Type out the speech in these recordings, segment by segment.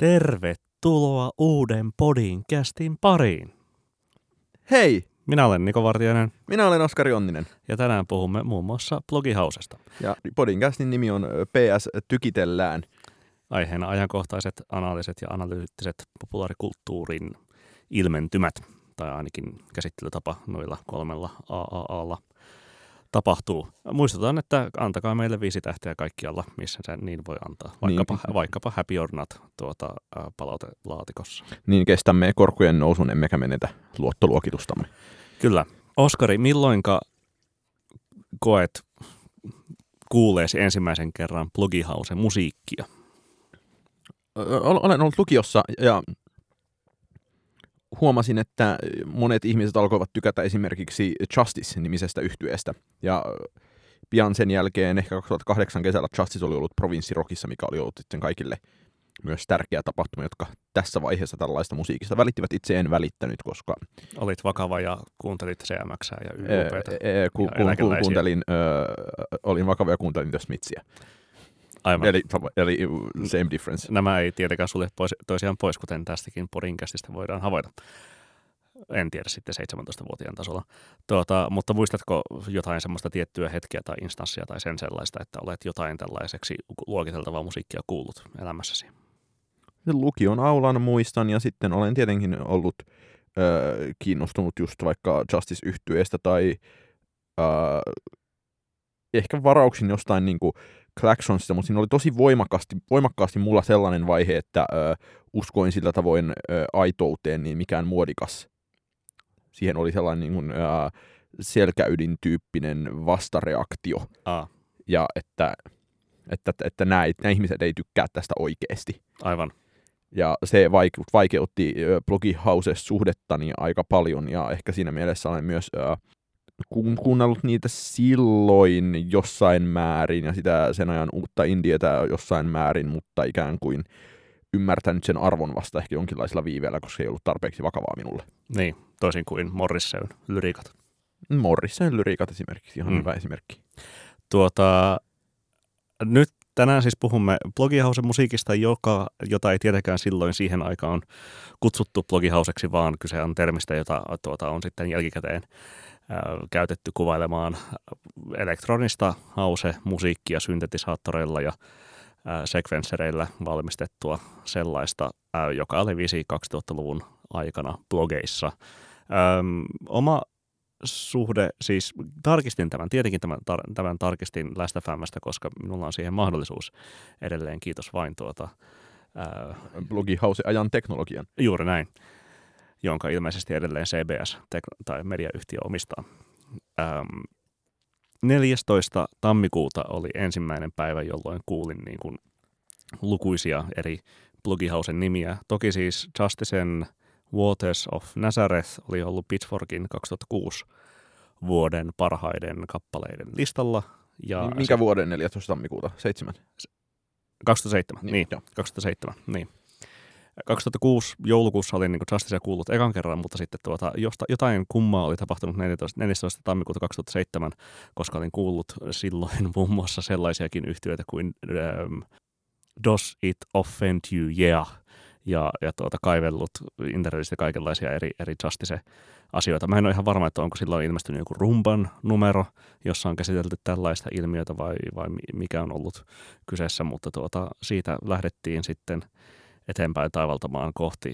Tervetuloa uuden podcastin pariin. Hei! Minä olen Niko Vartiainen. Minä olen Oskari Onninen. Ja tänään puhumme muun muassa Blogihausesta. Ja podcastin nimi on PS Tykitellään. Aiheena ajankohtaiset, analyset ja analyyttiset populaarikulttuurin ilmentymät, tai ainakin käsittelytapa noilla 3 AAAlla tapahtuu. Muistutan, että antakaa meille 5 tähteä kaikkialla, missä se niin voi antaa. Vaikkapa Happy or Not palautelaatikossa. Niin kestämme korkojen nousun, emmekä menetä luottoluokitustamme. Kyllä. Oskari, milloinka koet kuuleesi ensimmäisen kerran Blogihausen musiikkia? Olen ollut lukiossa ja huomasin, että monet ihmiset alkoivat tykätä esimerkiksi Justice-nimisestä yhtyeestä. Ja pian sen jälkeen, ehkä 2008 kesällä, Justice oli ollut Provinssirockissa, mikä oli ollut sitten kaikille myös tärkeä tapahtuma, jotka tässä vaiheessa tällaista musiikista välittivät. Itse en välittänyt, koska Olit vakava ja kuuntelit CMX:ää ja YUP:tä. Olin vakava ja kuuntelin The Smithsia. Aivan. Eli same difference. Nämä ei tietenkään sulje toisiaan pois, kuten tästäkin podcastista voidaan havaita. En tiedä sitten 17-vuotiaan tasolla. Mutta muistatko jotain semmoista tiettyä hetkeä tai instanssia tai sen sellaista, että olet jotain tällaiseksi luokiteltavaa musiikkia kuullut elämässäsi? Lukion aulan muistan ja sitten olen tietenkin ollut kiinnostunut just vaikka Justice-yhtyeestä tai ehkä varauksin jostain niinku Klaxonsista, mutta siinä oli tosi voimakkaasti mulla sellainen vaihe, että uskoin sillä tavoin aitouteen, niin mikään muodikas. Siihen oli sellainen niin kuin, selkäydin-tyyppinen vastareaktio. Ja että nämä ihmiset ei tykkää tästä oikeasti. Aivan. Ja se vaikeutti Blogihauses-suhdettani aika paljon, ja ehkä siinä mielessä olen myös kuunnellut niitä silloin jossain määrin, ja sitä sen ajan uutta indietä jossain määrin, mutta ikään kuin ymmärtänyt sen arvon vasta ehkä jonkinlaisella viiveellä, koska se ei ollut tarpeeksi vakavaa minulle. Niin, toisin kuin Morrisseyn lyriikat. Morrisseyn lyriikat esimerkiksi, ihan hyvä esimerkki. Nyt tänään siis puhumme Blogihausen musiikista, jota ei tietenkään silloin siihen aikaan kutsuttu Blogihauseksi, vaan kyse on termistä, jota on sitten jälkikäteen käytetty kuvailemaan elektronista house-musiikkia syntetisaattoreilla ja sekvenssereillä valmistettua sellaista, joka leviisi 2000-luvun aikana blogeissa. Oma suhde, siis tarkistin tämän, tietenkin tämän tarkistin Last.fm:stä, koska minulla on siihen mahdollisuus edelleen, kiitos vain Blogihause-ajan teknologian. Juuri näin, jonka ilmeisesti edelleen CBS tai mediayhtiö omistaa. 14. tammikuuta oli ensimmäinen päivä, jolloin kuulin niin kuin lukuisia eri Blogihausen nimiä. Toki siis Justicen Waters of Nazareth oli ollut Pitchforkin 2006 vuoden parhaiden kappaleiden listalla. Ja minkä vuoden 14. tammikuuta? 7? 2007, niin 2007, niin. 2006 joulukuussa olin niin Justicea kuullut ekan kerran, mutta sitten jotain kummaa oli tapahtunut 14. tammikuuta 2007, koska olin kuullut silloin muun muassa sellaisiakin yhtyeitä kuin Does It Offend You, Yeah, ja kaivellut internetistä kaikenlaisia eri Justice-asioita. Mä en ole ihan varma, että onko silloin ilmestynyt joku rumban numero, jossa on käsitelty tällaista ilmiötä vai mikä on ollut kyseessä, mutta siitä lähdettiin sitten eteenpäin taivaltamaan kohti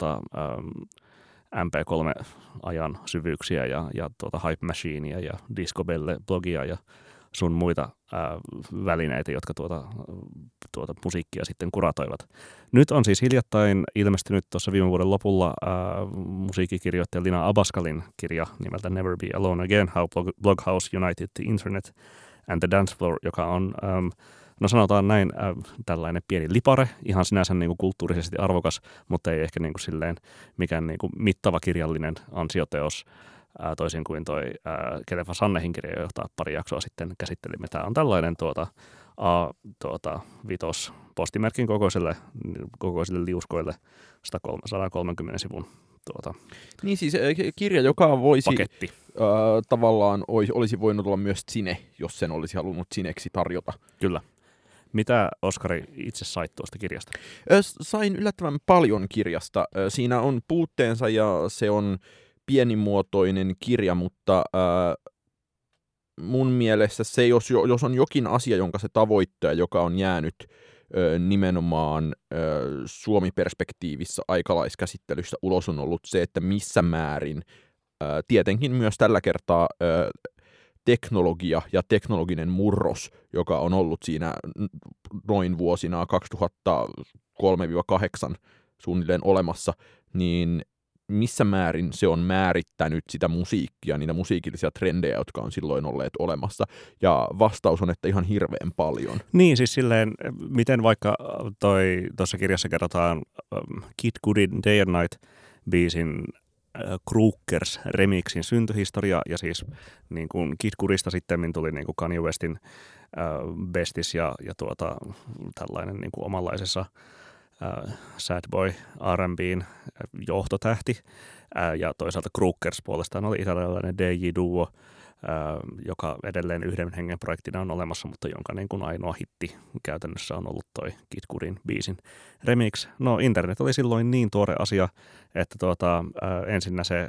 MP3-ajan syvyyksiä ja Hype Machinea ja Disco Belle-blogia ja sun muita välineitä, jotka musiikkia sitten kuratoivat. Nyt on siis hiljattain ilmestynyt tuossa viime vuoden lopulla musiikkikirjoittaja Lina Abascalin kirja nimeltä Never Be Alone Again, How Bloghouse United the Internet and the Dance Floor, joka on no sanotaan näin, tällainen pieni lipare, ihan sinänsä niin kuin kulttuurisesti arvokas, mutta ei ehkä niin kuin silleen mikään niin kuin mittava kirjallinen ansioteos, toisin kuin toi Kelefa Sannehin kirja, jota pari jaksoa sitten käsittelimme. Tämä on tällainen A5 postimerkin kokoisille liuskoille 130 sivun Niin siis kirja, joka voisi paketti. Tavallaan olisi voinut olla myös Cine, jos sen olisi halunnut Cineksi tarjota. Kyllä. Mitä, Oskari, itse sait tuosta kirjasta? Sain yllättävän paljon kirjasta. Siinä on puutteensa ja se on pienimuotoinen kirja, mutta mun mielestä se, jos on jokin asia, jonka se tavoittaa, joka on jäänyt nimenomaan Suomi-perspektiivissä aikalaiskäsittelystä ulos, on ollut se, että missä määrin tietenkin myös tällä kertaa teknologia ja teknologinen murros, joka on ollut siinä noin vuosina 2003-2008 suunnilleen olemassa, niin missä määrin se on määrittänyt sitä musiikkia, niitä musiikillisia trendejä, jotka on silloin olleet olemassa. Ja vastaus on, että ihan hirveän paljon. Niin, siis silleen, miten vaikka tuossa kirjassa kerrotaan Kid Cudin Day and Night-biisin Crookers remixin syntyhistoria, ja siis niin kuin Kid Cudista sitten tuli niin kuin Kanye Westin Bestis ja tällainen niin kuin omanlaisessa Sad Boy R&B:n johtotähti, ja toisaalta Crookers puolestaan oli italialainen DJ-duo, joka edelleen yhden hengen projektina on olemassa, mutta jonka niin kuin ainoa hitti käytännössä on ollut toi Kid Cudin biisin remix. No, internet oli silloin niin tuore asia, että ensinnä se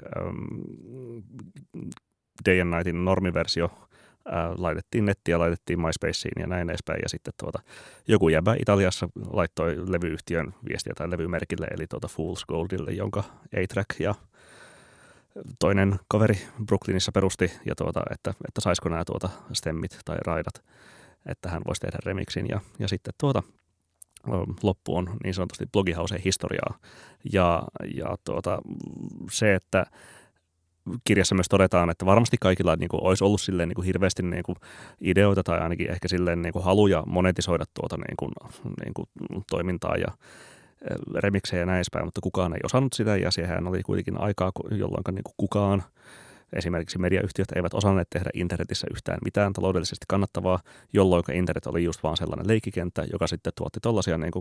Day and Nightin normiversio laitettiin nettiin ja laitettiin MySpaceen ja näin edespäin, ja sitten joku jäbä Italiassa laittoi levyyhtiön viestiä tai levymerkille, eli Fool's Goldille, jonka A-Track ja toinen kaveri Brooklynissa perusti, ja että saisiko nämä stemmit tai raidat, että hän voisi tehdä remixin, ja sitten loppu on niin sanotusti Blogihausen historiaa, ja se, että kirjassa myös todetaan, että varmasti kaikilla niin kuin, olisi ollut silleen, niin kuin, hirveästi niin kuin, ideoita tai ainakin ehkä silleen, niin kuin, haluja monetisoida niin kuin, toimintaa ja remiksejä ja näin edespäin, mutta kukaan ei osannut sitä, ja siihen oli kuitenkin aikaa, jolloin niin kuin kukaan, esimerkiksi mediayhtiöt eivät osanneet tehdä internetissä yhtään mitään taloudellisesti kannattavaa, jolloin internet oli just vaan sellainen leikkikenttä, joka sitten tuotti tollaisia niin kuin,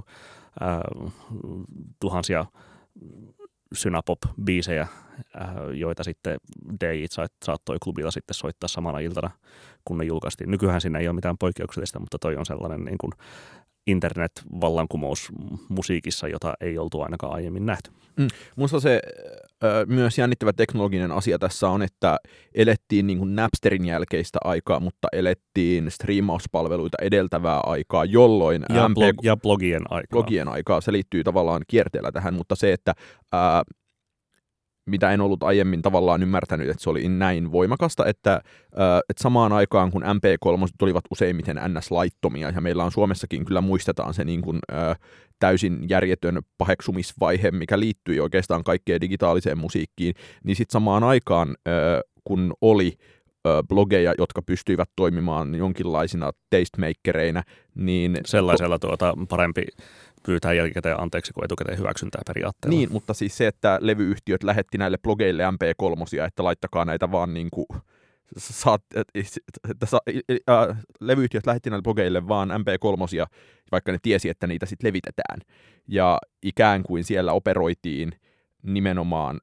tuhansia synapop-biisejä, joita sitten DJ:t saattoi klubilla sitten soittaa samana iltana, kun ne julkaistiin. Nykyään siinä ei ole mitään poikkeuksellista, mutta toi on sellainen niin kuin internet-vallankumous musiikissa, jota ei oltu ainakaan aiemmin nähty. Musta se myös jännittävä teknologinen asia tässä on, että elettiin niin kuin Napsterin jälkeistä aikaa, mutta elettiin striimauspalveluita edeltävää aikaa, jolloin ja blogien aikaa. Blogien aikaa. Se liittyy tavallaan kierteellä tähän, mutta se, että mitä en ollut aiemmin tavallaan ymmärtänyt, että se oli näin voimakasta, että samaan aikaan kun MP3 tulivat useimmiten NS-laittomia, ja meillä on Suomessakin kyllä muistetaan se niin kuin, täysin järjetön paheksumisvaihe, mikä liittyy oikeastaan kaikkeen digitaaliseen musiikkiin, niin sitten samaan aikaan, kun oli blogeja, jotka pystyivät toimimaan jonkinlaisina tastemakereinä, niin sellaisella parempi pyytää jälkikäteen anteeksi kuin etukäteen hyväksyntää periaatteella. Niin, mutta siis se, että levyyhtiöt lähetti näille blogeille MP3, että laittakaa näitä vaan niin kuin levyyhtiöt lähetti näille blogeille vaan MP3, vaikka ne tiesi, että niitä sitten levitetään. Ja ikään kuin siellä operoitiin nimenomaan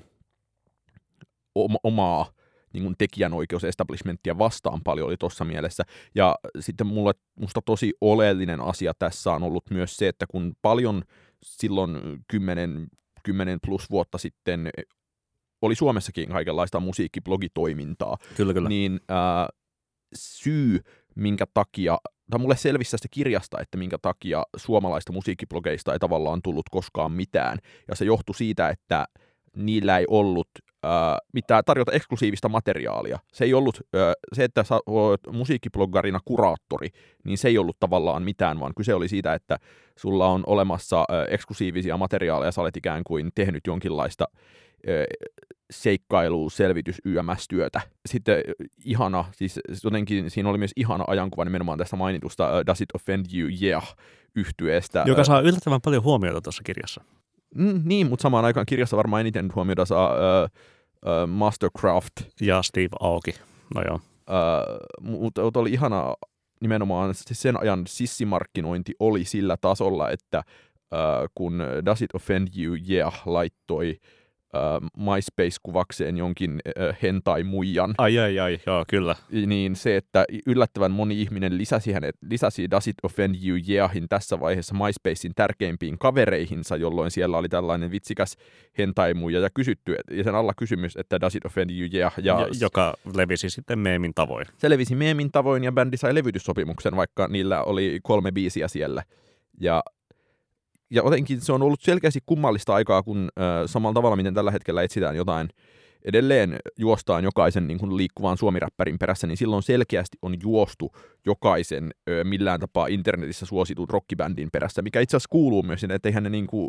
omaa niin kuin tekijänoikeusestablishmenttia vastaan paljon oli tuossa mielessä. Ja sitten musta tosi oleellinen asia tässä on ollut myös se, että kun paljon silloin 10 plus vuotta sitten oli Suomessakin kaikenlaista musiikkiblogitoimintaa, kyllä. Niin syy, minkä takia, tai mulle selvisi tästä kirjasta, että minkä takia suomalaista musiikkiblogeista ei tavallaan tullut koskaan mitään. Ja se johtui siitä, että niillä ei ollut mitään tarjota eksklusiivista materiaalia. Se ei ollut, se, että sä olet musiikkibloggarina kuraattori, niin se ei ollut tavallaan mitään, vaan kyse oli siitä, että sulla on olemassa eksklusiivisia materiaaleja, sä olet ikään kuin tehnyt jonkinlaista seikkailu, selvitys, YMS-työtä. Sitten ihana, siis jotenkin siinä oli myös ihana ajankuva nimenomaan tästä mainitusta Does It Offend You, Yeah, -yhtyeestä. Joka saa yllättävän paljon huomiota tuossa kirjassa. Niin, mutta samaan aikaan kirjassa varmaan eniten huomiota saa Mastercraft. Ja Steve Aoki, no joo. Mutta oli ihana nimenomaan sen ajan sissimarkkinointi oli sillä tasolla, että kun Does It Offend You, Yeah laittoi MySpace-kuvakseen jonkin hentai-muijan. Ai, joo, kyllä. Niin se, että yllättävän moni ihminen lisäsi Does It Offend You Yeahin tässä vaiheessa MySpacein tärkeimpiin kavereihinsa, jolloin siellä oli tällainen vitsikäs hentai-muija ja kysytty, ja sen alla kysymys, että Does It Offend You Yeah. Joka levisi sitten meemin tavoin. Se levisi meemin tavoin ja bändi sai levytyssopimuksen, vaikka niillä oli 3 biisiä siellä. Ja jotenkin se on ollut selkeästi kummallista aikaa, kun samalla tavalla, miten tällä hetkellä etsitään jotain, edelleen juostaan jokaisen niin kuin liikkuvan suomiräppärin perässä, niin silloin selkeästi on juostu jokaisen millään tapaa internetissä suositun rockibändin perässä, mikä itse asiassa kuuluu myös, että eihän ne niin kuin,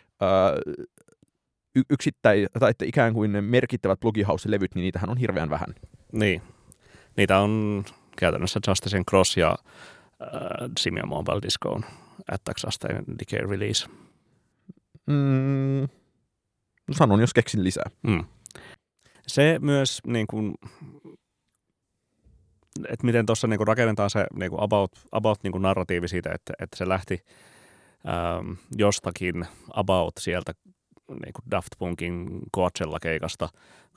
tai että ikään kuin ne merkittävät Blogihouse-levyt, niin niitähän on hirveän vähän. Niin, niitä on käytännössä Justice and Cross ja Simian Mobile Discoon Attack-asteen Decay Release. Sanon, jos keksin lisää. Se myös, niin kuin, että miten tuossa niin kuin rakennetaan se niin kuin about niin kuin narratiivi siitä, että se lähti jostakin about sieltä niin kuin Daft Punkin Coachella-keikasta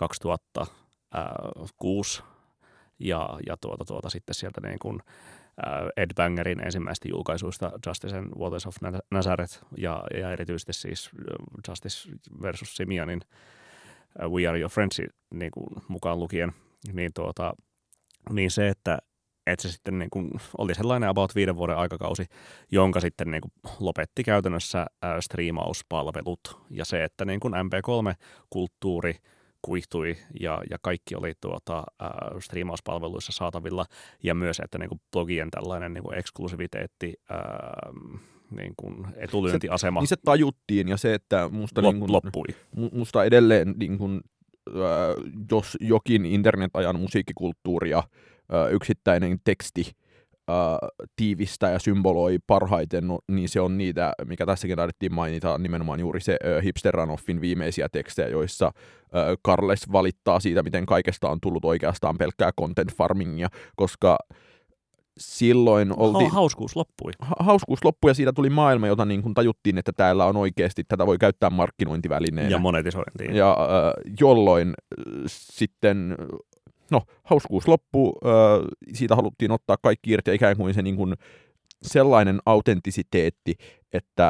2006 ja sitten sieltä niin kuin Ed Bangerin ensimmäistä julkaisuista Justice and Waters of Nazareth ja erityisesti siis Justice versus Simianin We Are Your Friends niin kuin mukaan lukien, niin se, että se sitten niin kuin oli sellainen about 5 vuoden aikakausi, jonka sitten niin kuin lopetti käytännössä striimauspalvelut ja se, että niin kuin MP3-kulttuuri kuihtui ja kaikki oli striimauspalveluissa saatavilla ja myös, että niin kuin blogien tällainen niin kuin eksklusiviteetti, niin kuin etulyöntiasema niin se tajuttiin ja se, että musta, niin kuin, loppui. Musta edelleen, niin kuin, jos jokin internetajan musiikkikulttuuri ja yksittäinen teksti tiivistää ja symboloi parhaiten, no, niin se on niitä, mikä tässäkin taidettiin mainita, nimenomaan juuri se Hipster Runoffin viimeisiä tekstejä, joissa Carles valittaa siitä, miten kaikesta on tullut oikeastaan pelkkää content farmingia, koska silloin oltiin... Hauskuus loppui. Hauskuus loppui ja siitä tuli maailma, jota niin kuin tajuttiin, että täällä on oikeasti, tätä voi käyttää markkinointivälineenä. Ja monetisointiin. Ja jolloin sitten... No, hauskuus loppui, siitä haluttiin ottaa kaikki irti, ikään kuin se niin kuin sellainen autentisiteetti, että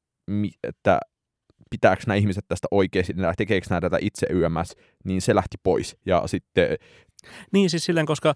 pitääkö nämä ihmiset tästä oikeasti, tekeekö nämä tätä itse YMS, niin se lähti pois. Ja sitten... Niin siis silleen, koska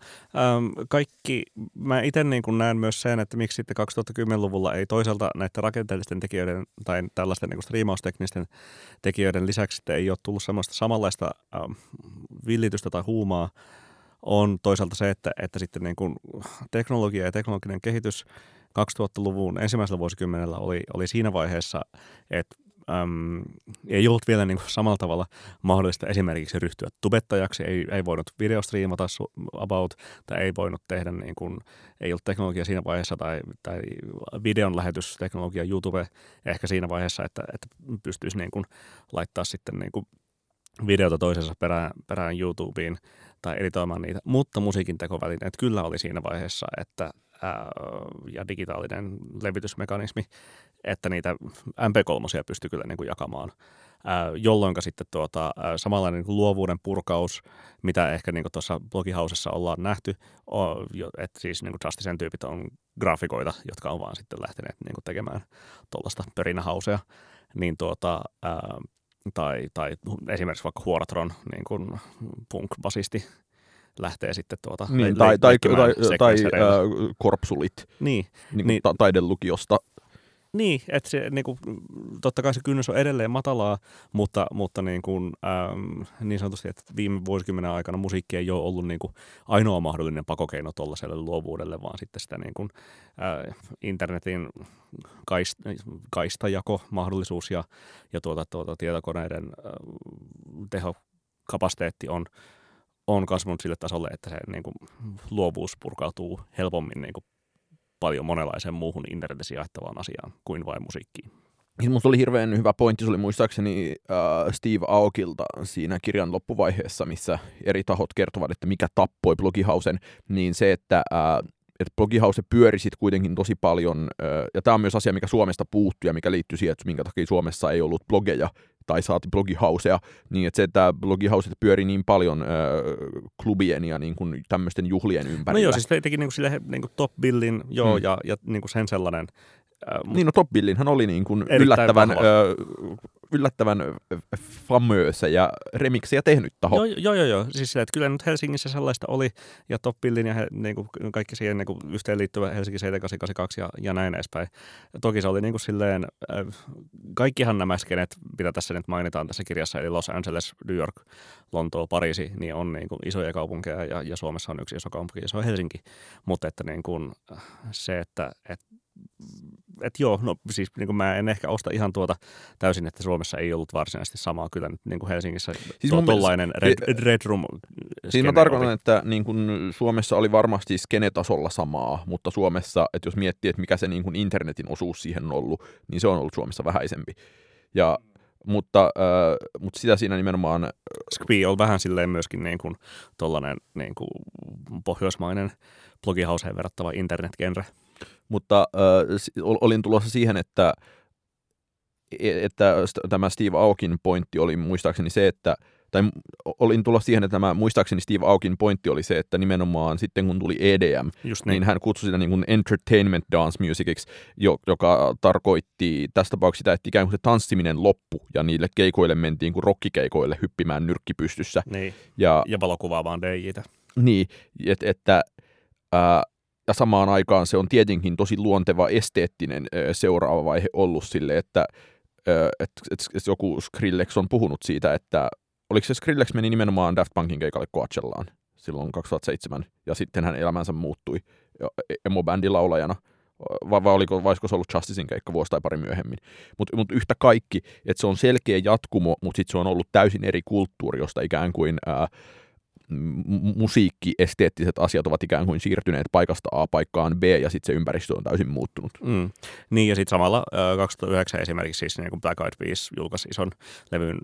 mä itse niin kuin näen myös sen, että miksi sitten 2010-luvulla ei toisaalta näiden rakenteellisten tekijöiden tai tällaisten niin kuin striimausteknisten tekijöiden lisäksi ei ole tullut semmoista samanlaista villitystä tai huumaa, on toisaalta se, että sitten niin kuin teknologia ja teknologinen kehitys 2000-luvun ensimmäisellä vuosikymmenellä oli siinä vaiheessa, että ei ollut vielä niin kuin samalla tavalla mahdollista esimerkiksi ryhtyä tubettajaksi, ei voinut videostriimata about, tai ei voinut tehdä, niin kuin, ei ollut teknologia siinä vaiheessa, tai videon lähetysteknologia YouTube ehkä siinä vaiheessa, että pystyisi niin kuin laittaa sitten niin kuin videota toisensa perään YouTubeen tai editoimaan niitä, mutta musiikin tekovälineet kyllä oli siinä vaiheessa, että ja digitaalinen levitysmekanismi, että niitä MP3 pystyi kyllä niin kuin jakamaan, jolloinka sitten samanlainen niin kuin luovuuden purkaus, mitä ehkä niin kuin tuossa Blogihousessa ollaan nähty, että siis niin kuin Justicen tyypit on graafikoita, jotka on vaan sitten lähteneet niin kuin tekemään tuollaista pörinähausea, niin tai esimerkiksi vaikka Huoratron niin kuin punk-basisti lähtee sitten niin, tai korpsulit niin taidelukiosta. Niin, että se, niin kuin, totta kai se kynnys on edelleen matalaa, mutta niin, kuin, niin sanotusti, että viime vuosikymmenen aikana musiikki ei ole ollut niin kuin ainoa mahdollinen pakokeino tuollaiselle luovuudelle, vaan sitten sitä niin kuin, internetin kaistajako-mahdollisuus ja tietokoneiden tehokapasiteetti on kasvanut sille tasolle, että se niin kuin, luovuus purkautuu helpommin niin kuin, paljon monenlaiseen muuhun internetissä jaettavaan asiaan kuin vain musiikkiin. Minusta oli hirveän hyvä pointti, se oli muistaakseni Steve Aokilta siinä kirjan loppuvaiheessa, missä eri tahot kertovat, että mikä tappoi Blogihausen, niin se, että Blogihouse pyöri sit kuitenkin tosi paljon, ja tämä on myös asia, mikä Suomesta puuttui ja mikä liittyy siihen, että minkä takia Suomessa ei ollut blogeja tai saati blogihausea, niin että se, että blogihauset pyörii niin paljon klubien ja niin kuin tämmöisten juhlien ympärillä. No joo, siis teki niin kuin sille niin kuin Top Billin, ja niin kuin sen sellainen. Niin, no Top Billinhän oli niin kuin yllättävän famöösä ja remiksejä tehnyt taho. Joo. Siis sillä, että kyllä nyt Helsingissä sellaista oli, ja Top Billin ja niin kuin kaikki siihen niin kuin yhteen liittyvä Helsinki 7882 ja näin edespäin. Toki se oli niin kuin silleen, kaikkihan nämä skenet, mitä tässä nyt mainitaan tässä kirjassa, eli Los Angeles, New York, Lontoo, Pariisi, niin on niin kuin isoja kaupunkeja, ja Suomessa on yksi iso kaupunki, ja se on Helsinki. Mutta että niin kuin se, että joo, no siis niin kuin mä en ehkä osta ihan täysin, että Suomessa ei ollut varsinaisesti samaa, kyllä nyt niin kuin Helsingissä siis tuollainen Red Room. Siis mä tarkoitan, että niin kuin Suomessa oli varmasti skenetasolla samaa, mutta Suomessa, että jos miettii, että mikä se niin kuin internetin osuus siihen on ollut, niin se on ollut Suomessa vähäisempi. Mutta sitä siinä nimenomaan... Squee on vähän silleen myöskin niin kuin tollainen niin kuin pohjoismainen blogihauseen verrattava internetgenre. Mutta olin tulossa siihen, että tämä Steve Aokin pointti oli muistaakseni se, että muistaakseni Steve Aokin pointti oli se, että nimenomaan sitten kun tuli EDM, niin hän kutsui sitä niin kuin entertainment dance musiciksi, joka tarkoitti tässä tapauksessa sitä, että ikään kuin se tanssiminen loppu ja niille keikoille mentiin kuin rockikeikoille hyppimään nyrkki pystyssä. Niin, ja valokuvaamaan DJ:tä. Niin, ja samaan aikaan se on tietenkin tosi luonteva esteettinen seuraava vaihe ollut sille, että joku Skrillex on puhunut siitä, että oliko se Skrillex meni nimenomaan Daft Punkin keikalle Coachellaan silloin 2007, ja sitten hän elämänsä muuttui emo-bändilaulajana, vai olisiko se ollut Justicein keikka vuosi tai pari myöhemmin. Mutta yhtä kaikki, että se on selkeä jatkumo, mutta sitten se on ollut täysin eri kulttuuri, josta ikään kuin musiikkiesteettiset asiat ovat ikään kuin siirtyneet paikasta A paikkaan B, ja sitten se ympäristö on täysin muuttunut. Niin, ja sitten samalla 2009 esimerkiksi siis niin kuin Black Eyed Peas julkaisi ison levyn,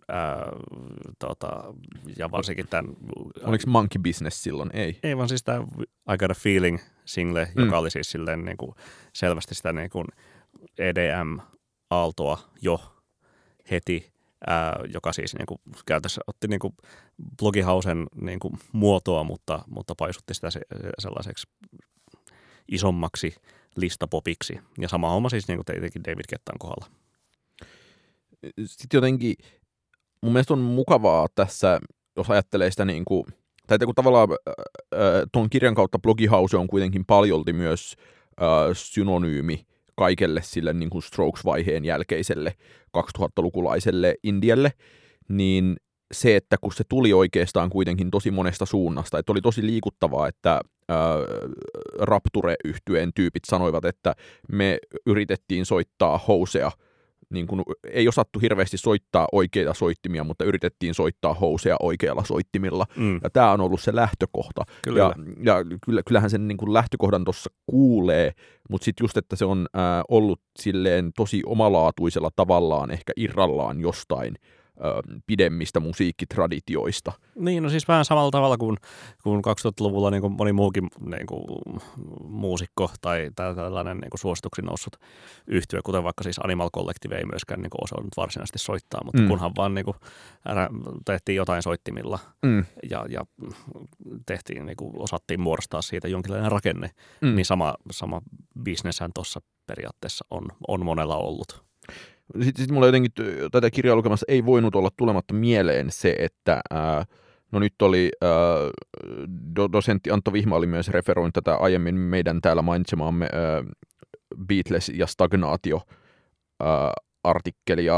ja varsinkin tämän... Oliko Monkey Business silloin? Ei, vaan siis tämä I Got a Feeling -single, joka oli siis silleen niin kuin selvästi sitä niin kuin EDM-aaltoa jo heti, joka siis niin kuin käytössä otti niin kuin blogihausen niin kuin muotoa, mutta paisutti sitä sellaiseksi isommaksi listapopiksi. Ja sama homma siis niin kuin tietenkin David Guettan kohdalla. Sitten jotenkin mun mielestä on mukavaa tässä, jos ajattelee sitä niin kuin, tai kun tavallaan tuon kirjan kautta blogihause on kuitenkin paljolti myös synonyymi kaikelle sille niin kuin Strokes-vaiheen jälkeiselle 2000-lukulaiselle Indialle, niin se, että kun se tuli oikeastaan kuitenkin tosi monesta suunnasta, että oli tosi liikuttavaa, että Rapture-yhtyeen tyypit sanoivat, että me yritettiin soittaa housea, niin kuin, ei osattu hirveästi soittaa oikeita soittimia, mutta yritettiin soittaa housea oikealla soittimilla. Ja tämä on ollut se lähtökohta. Kyllä. Ja kyllähän sen niin kuin lähtökohdan tuossa kuulee, mutta sitten just, että se on ollut silleen tosi omalaatuisella tavallaan ehkä irrallaan jostain pidemmistä musiikkitraditioista. Niin, no siis vähän samalla tavalla kuin 2000-luvulla niin kuin moni muukin niin kuin muusikko tai tällainen niin kuin suosituksi noussut yhtye, kuten vaikka siis Animal Collective ei myöskään niin kuin osannut varsinaisesti soittaa, mutta kunhan vaan niin kuin tehtiin jotain soittimilla ja tehtiin, niin kuin osattiin muodostaa siitä jonkinlainen rakenne, niin sama bisneshän tuossa periaatteessa on monella ollut. Sitten mulla jotenkin tätä kirjaa lukemassa ei voinut olla tulematta mieleen se, että no nyt oli dosentti Antto Vihma oli myös referoinut tätä aiemmin meidän täällä mainitsemaamme Beatles ja stagnaatio artikkelia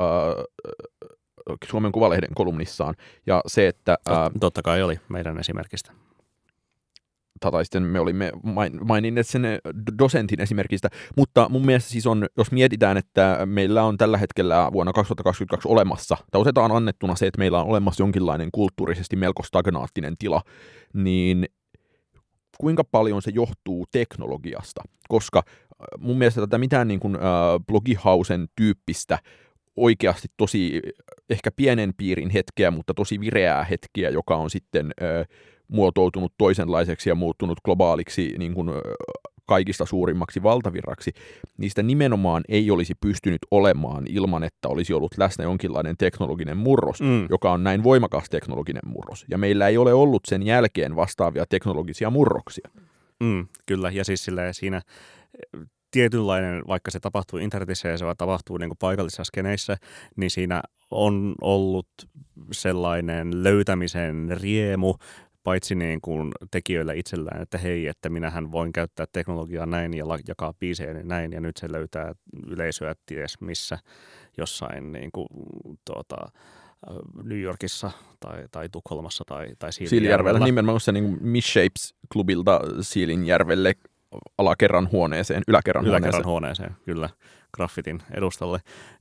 Suomen Kuvalehden kolumnissaan. Ja se, että totta kai oli meidän esimerkistä. Tai sitten me olimme maininneet sen dosentin esimerkistä, mutta mun mielestä siis on, jos mietitään, että meillä on tällä hetkellä vuonna 2022 olemassa, tai otetaan annettuna se, että meillä on olemassa jonkinlainen kulttuurisesti melko stagnaattinen tila, niin kuinka paljon se johtuu teknologiasta? Koska mun mielestä tätä mitään niin kuin blogihausen tyyppistä oikeasti tosi ehkä pienen piirin hetkeä, mutta tosi vireää hetkeä, joka on sitten muotoutunut toisenlaiseksi ja muuttunut globaaliksi niin kuin kaikista suurimmaksi valtavirraksi, niistä nimenomaan ei olisi pystynyt olemaan ilman, että olisi ollut läsnä jonkinlainen teknologinen murros, joka on näin voimakas teknologinen murros. Ja meillä ei ole ollut sen jälkeen vastaavia teknologisia murroksia. Kyllä, ja siis siinä tietynlainen, vaikka se tapahtuu internetissä ja se tapahtuu niin kuin paikallisissa skeneissä, niin siinä on ollut sellainen löytämisen riemu, paitsi niin kuin tekijöillä itsellään, että hei, että minähän voin käyttää teknologiaa näin ja jakaa biisejä näin, ja nyt se löytää yleisöä ties missä jossain niin kuin, New Yorkissa tai Tukholmassa tai Siilinjärvellä. Nimenomaan se niin Misshapes-klubilta Siilinjärvelle yläkerran huoneeseen, kyllä, graffitin edustalle,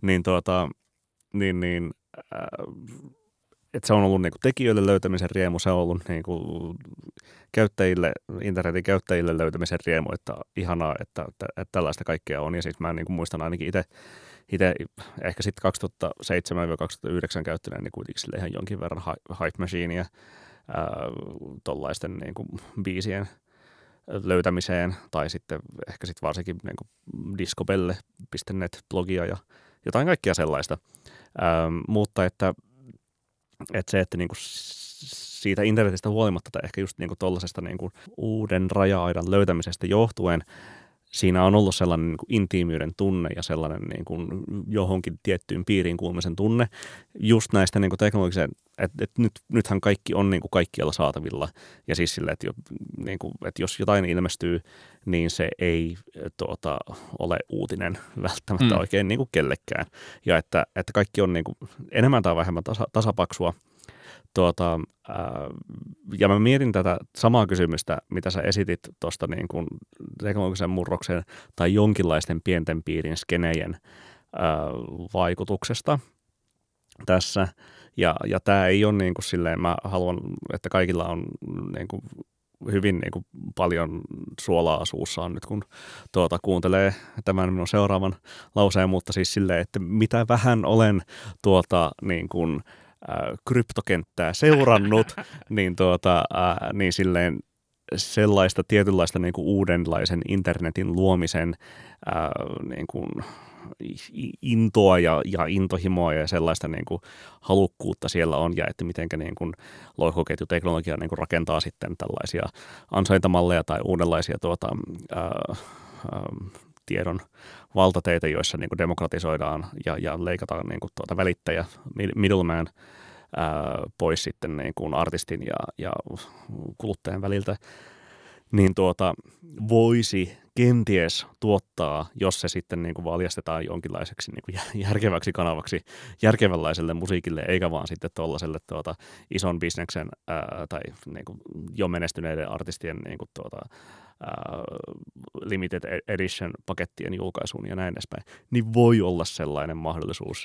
että se on ollut niinku tekijöille löytämisen riemu, se on ollut niinku internetin käyttäjille löytämisen riemu, että ihanaa, että tällaista kaikkea on. Ja sitten mä niinku muistan ainakin itse ehkä sitten 2007-2009 käyttäneen niin kuitenkin ihan jonkin verran Hype Machinea tollaisten niinku biisien löytämiseen, tai sitten ehkä sitten varsinkin niinku discobelle.net-blogia ja jotain kaikkea sellaista. Mutta että se, että niinku siitä internetistä huolimatta tai ehkä just niinku tollasesta niinku uuden raja-aidan löytämisestä johtuen siinä on ollut sellainen niinku intiimiyden tunne ja sellainen niinku johonkin tiettyyn piiriin kuulumisen tunne just näistä niinku teknologisen, että nythän kaikki on niinku kaikkialla saatavilla ja siis sille, että jos jotain ilmestyy, niin se ei ole uutinen välttämättä oikein niinku kellekään ja että kaikki on niinku enemmän tai vähemmän tasapaksua. Ja mä mietin tätä samaa kysymystä, mitä sä esitit tuosta niin kuin teknologisen murroksen tai jonkinlaisten pienten piirin skenejen vaikutuksesta tässä. Ja tämä ei ole niin kuin silleen, mä haluan, että kaikilla on niin kuin hyvin niin kuin paljon suolaa suussaan nyt, kun kuuntelee tämän minun seuraavan lauseen, mutta siis silleen, että mitä vähän olen niin kuin kryptokenttää seurannut, niin silleen sellaista tietynlaista niin kuin uudenlaisen internetin luomisen niin kuin intoa ja intohimoa ja sellaista niin kuin halukkuutta siellä on, ja että mitenkä niin kuin lohkoketjuteknologia niin kuin rakentaa sitten tällaisia ansaintamalleja tai uudenlaisia tiedon valtateitä, joissa niin kuin demokratisoidaan ja leikataan niin kuin välittäjä, middleman, pois sitten niin kuin artistin ja kuluttajan väliltä, niin voisi kenties tuottaa, jos se sitten niin kuin valjastetaan jonkinlaiseksi niin kuin järkeväksi kanavaksi järkevänlaiselle musiikille, eikä vaan sitten tuollaiselle ison bisneksen tai niin kuin jo menestyneiden artistien niin kuin limited edition pakettien julkaisuun ja näin edespäin, niin voi olla sellainen mahdollisuus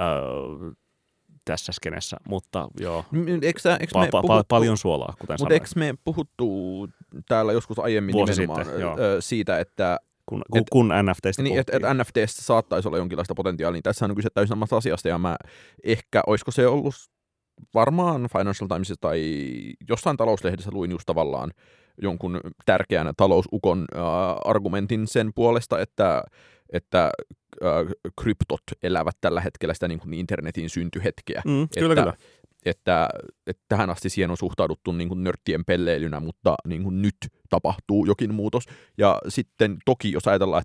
tässä skenessä, mutta joo, paljon suolaa, kuten sanoin. Mutta eikö me puhuttu täällä joskus aiemmin nimenomaan siitä, että kun NFTistä niin, että NFTistä saattaisi olla jonkinlaista potentiaalia, niin tässä on kyse täysin samasta asiasta, ja olisiko se ollut varmaan Financial Timesissa tai jossain talouslehdessä luin just tavallaan jonkun tärkeän talousukon argumentin sen puolesta, että kryptot elävät tällä hetkellä sitä niin kuin internetin syntyhetkeä. Kyllä. Että tähän asti siihen on suhtauduttu niin kuin nörttien pelleilynä, mutta niin kuin nyt tapahtuu jokin muutos. Ja sitten toki, jos ajatellaan,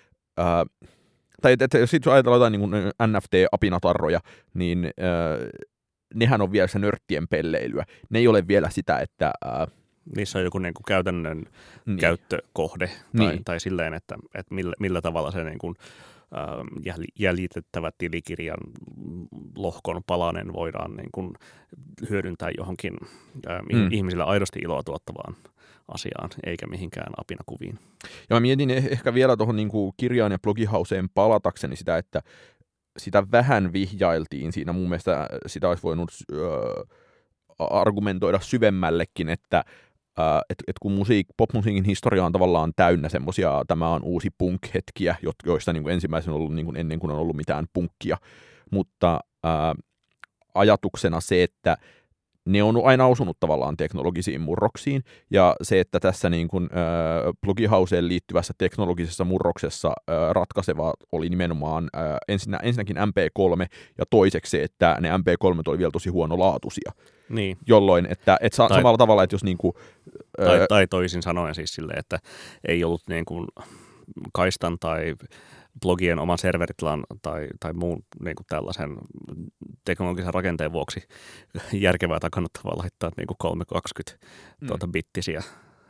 jos ajatellaan jotain niin kuin NFT-apinatarroja, niin nehän on vielä se nörttien pelleilyä. Ne ei ole vielä sitä, että niissä on joku niin kuin käytännön käyttökohde tai silleen, että millä tavalla se niin kuin jäljitettävä tilikirjan lohkon palanen voidaan niin kuin hyödyntää johonkin ihmisille aidosti iloa tuottavaan asiaan, eikä mihinkään apinakuviin. Ja mä mietin ehkä vielä tuohon niin kuin kirjaan ja blogihauseen palatakseni sitä, että sitä vähän vihjailtiin siinä. Mun mielestä sitä olisi voinut argumentoida syvemmällekin, että kun popmusiikin historia on tavallaan täynnä semmoisia, tämä on uusi punk-hetkiä, joista niin kuin ensimmäisenä on ollut niin kuin ennen kuin on ollut mitään punkkia, mutta ajatuksena se, että ne on aina osunut tavallaan teknologisiin murroksiin, ja se, että tässä niin kuin, Plugihouseen liittyvässä teknologisessa murroksessa ratkaiseva oli nimenomaan ensinnäkin MP3, ja toiseksi se, että ne MP3 oli vielä tosi huonolaatuisia. Niin. Jolloin, että samalla tavalla, että jos niinku... Tai toisin sanoen siis silleen, että ei ollut niin kuin kaistan tai blogien oman serveritilan tai muun niin kuin tällaisen teknologisen rakenteen vuoksi järkevää tai kannattavaa laittaa niin kuin 320 bittisiä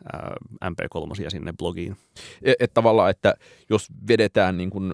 MP3 sinne blogiin. Että tavallaan, että jos vedetään niin kuin,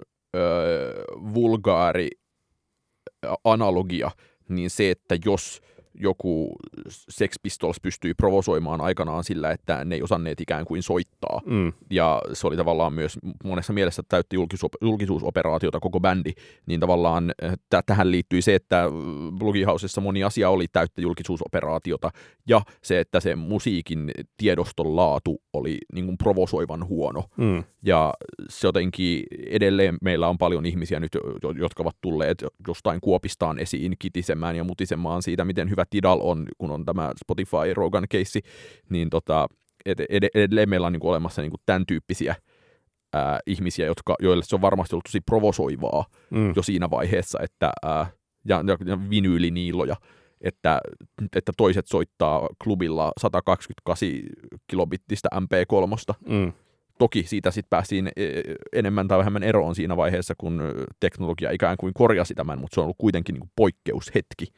vulgaari analogia, niin se, että jos joku Sex Pistols pystyi provosoimaan aikanaan sillä, että ne ei osanneet ikään kuin soittaa. Ja se oli tavallaan myös monessa mielessä täytti julkisuusoperaatiota koko bändi, niin tavallaan tähän liittyi se, että Plugihousessa moni asia oli täyttä julkisuusoperaatiota, ja se, että se musiikin tiedoston laatu oli niin kuin provosoivan huono. Ja se jotenkin edelleen meillä on paljon ihmisiä nyt, jotka ovat tulleet jostain kuopistaan esiin kitisemään ja mutisemaan siitä, miten hyvä Tidal on, kun on tämä Spotify Rogan keissi, niin edelleen meillä on niin kuin olemassa niin kuin tämän tyyppisiä ihmisiä, joille se on varmasti ollut tosi provosoivaa jo siinä vaiheessa, että, ja vinyyliniiloja, että toiset soittaa klubilla 128 kilobittistä MP3. Toki siitä sitten päästiin enemmän tai vähemmän eroon siinä vaiheessa, kun teknologia ikään kuin korjasi tämän, mutta se on ollut kuitenkin niin kuin poikkeushetki.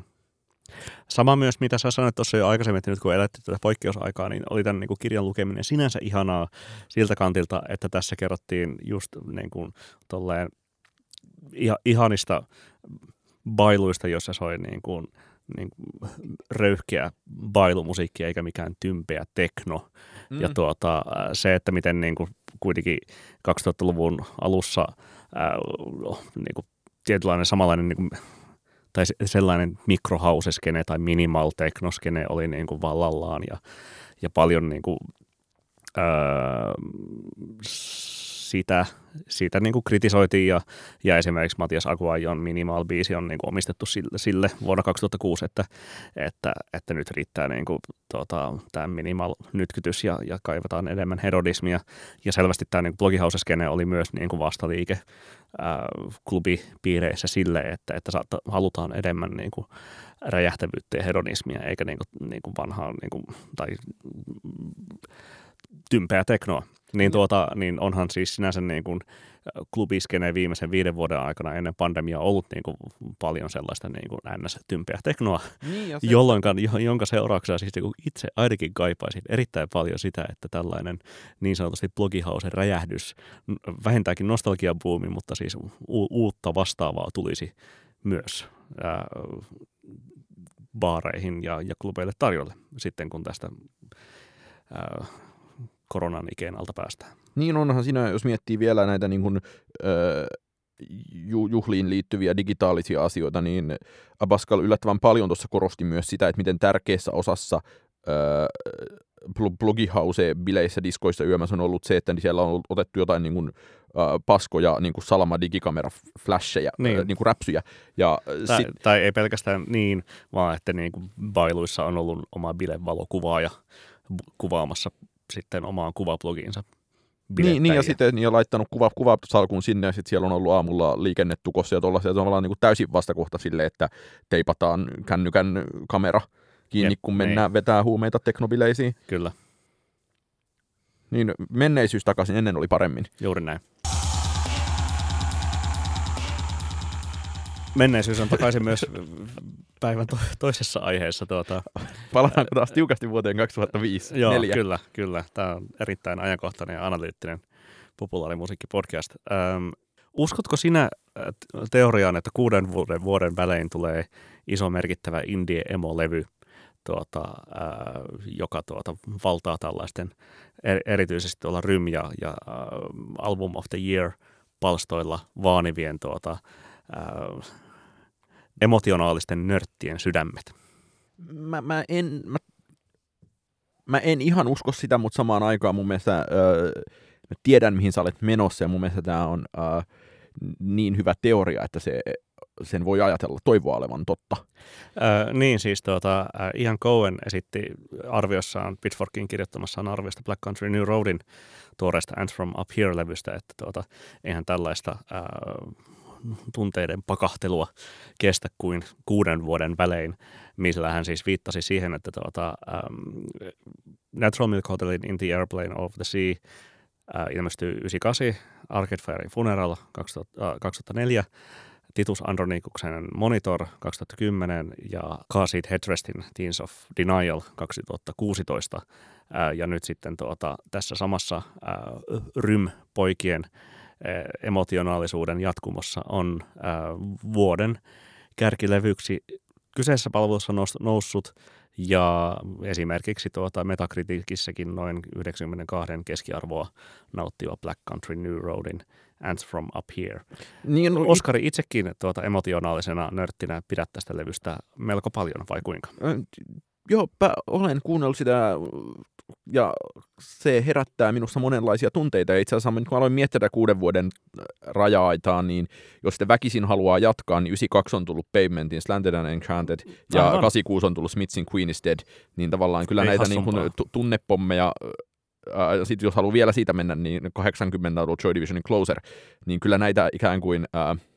Sama myös, mitä sä sanoit tuossa jo aikaisemmin, että nyt kun elettiin tätä poikkeusaikaa, niin oli tämän niin kuin kirjan lukeminen sinänsä ihanaa siltä kantilta, että tässä kerrottiin just niin kuin tolleen ihanista bailuista, jossa soi niin kuin röyhkeä bailumusiikki eikä mikään tympeä tekno. Ja se, että miten niin kuin kuitenkin 2000-luvun alussa niin kuin tietynlainen samanlainen niin kuin, tai sellainen mikrohouse-skene tai minimal techno-skene oli niin kuin vallallaan ja paljon niin kuin, siitä niin kuin kritisoitiin ja esimerkiksi Matias Aguayon Minimal-biisi on niin kuin omistettu sille vuonna 2006, että nyt riittää niin kuin, tämä minimal-nytkytys ja kaivataan enemmän hedodismia. Ja selvästi tämä niin Plugihouse-skene oli myös niin kuin vastaliike klubipiireissä sille, että halutaan enemmän niin kuin räjähtävyyttä ja hedonismia eikä niin kuin vanhaa niin kuin, tai tympeä teknoa. Niin onhan siis sinänsä niin kuin klubiskeneen viimeisen 5 vuoden aikana ennen pandemiaa ollut niin kuin paljon sellaista niin kuin ns-tympeä teknoa, jonka seurauksena siis niin kuin itse ainakin kaipaisin erittäin paljon sitä, että tällainen niin sanotusti Plugihausen räjähdys, vähintäänkin nostalgiabuumi, mutta siis uutta vastaavaa tulisi myös baareihin ja klubeille tarjolle sitten, kun tästä koronan ikeen alta päästään. Niin onhan siinä, jos miettii vielä näitä niin kuin, juhliin liittyviä digitaalisia asioita, niin Abascal yllättävän paljon tuossa korosti myös sitä, että miten tärkeässä osassa Plugihouse-bileissä, diskoissa yömässä on ollut se, että siellä on otettu jotain niin kuin, paskoja, niin kuin Salama digikamera-flasheja, niin kuin räpsyjä. Ja tai ei pelkästään niin, vaan että niin kuin bailuissa on ollut oma bilevalokuvaaja kuvaamassa sitten omaan kuvablogiinsa bilettäjiä. Niin, ja sitten niin on laittanut kuvasalkuun sinne, ja sitten siellä on ollut aamulla liikennetukossa ja tuollaisia. Se on tavallaan niin kuin täysin vastakohta sille, että teipataan kännykän kamera kiinni, kun mennään vetää huumeita teknobileisiin. Kyllä. Niin menneisyys takaisin, ennen oli paremmin. Juuri näin. Menneisyys on takaisin myös päivän toisessa aiheessa. Palaanko taas tiukasti vuoteen 2005? Joo, kyllä. Tämä on erittäin ajankohtainen ja analyyttinen populaarimusiikkipodcast. Uskotko sinä teoriaan, että 6 vuoden välein tulee iso merkittävä indie-emo-levy, joka valtaa tällaisten erityisesti tuolla Rym ja Album of the Year-palstoilla vaanivien emotionaalisten nörttien sydämet? Mä en ihan usko sitä, mutta samaan aikaan mun mielestä mä tiedän, mihin sä olet menossa, ja mun mielestä tämä on niin hyvä teoria, että se sen voi ajatella, toivoa olevan totta. Niin siis Ian Cohen esitti arviossaan, Pitchforkin kirjoittamassaan arviosta Black Country New Roadin tuoreesta Ants from Up Here-levystä, että eihän tällaista tunteiden pakahtelua kestä kuin 6 vuoden välein, millä hän siis viittasi siihen, että Natural Milk Hotelin In the Airplane of the Sea ilmestyi 98, Arcade Firein Funeral 2004, Titus Andronikuksen Monitor 2010 ja Car Seat Headrestin Teens of Denial 2016. Ja nyt sitten tässä samassa Rym-poikien emotionaalisuuden jatkumossa on vuoden kärkilevyksi kyseessä palvelussa noussut ja esimerkiksi Metacriticissäkin noin 92 keskiarvoa nauttiva Black Country New Roadin Ants from Up Here. Niin, Oskari itsekin emotionaalisena nörttinä pidät tästä levystä melko paljon, vai kuinka? Joo, olen kuunnellut sitä ja se herättää minussa monenlaisia tunteita. Ja itse asiassa kun aloin miettiä tätä 6 vuoden raja-aitaa, niin jos sitä väkisin haluaa jatkaa, niin 92 on tullut Pavementin Slanted and Enchanted ja 86 on tullut Smithsin Queen is Dead. Niin tavallaan kyllä näitä niin kuin tunnepommeja, sitten jos haluaa vielä siitä mennä, niin 80 on ollut Joy Divisionin Closer, niin kyllä näitä ikään kuin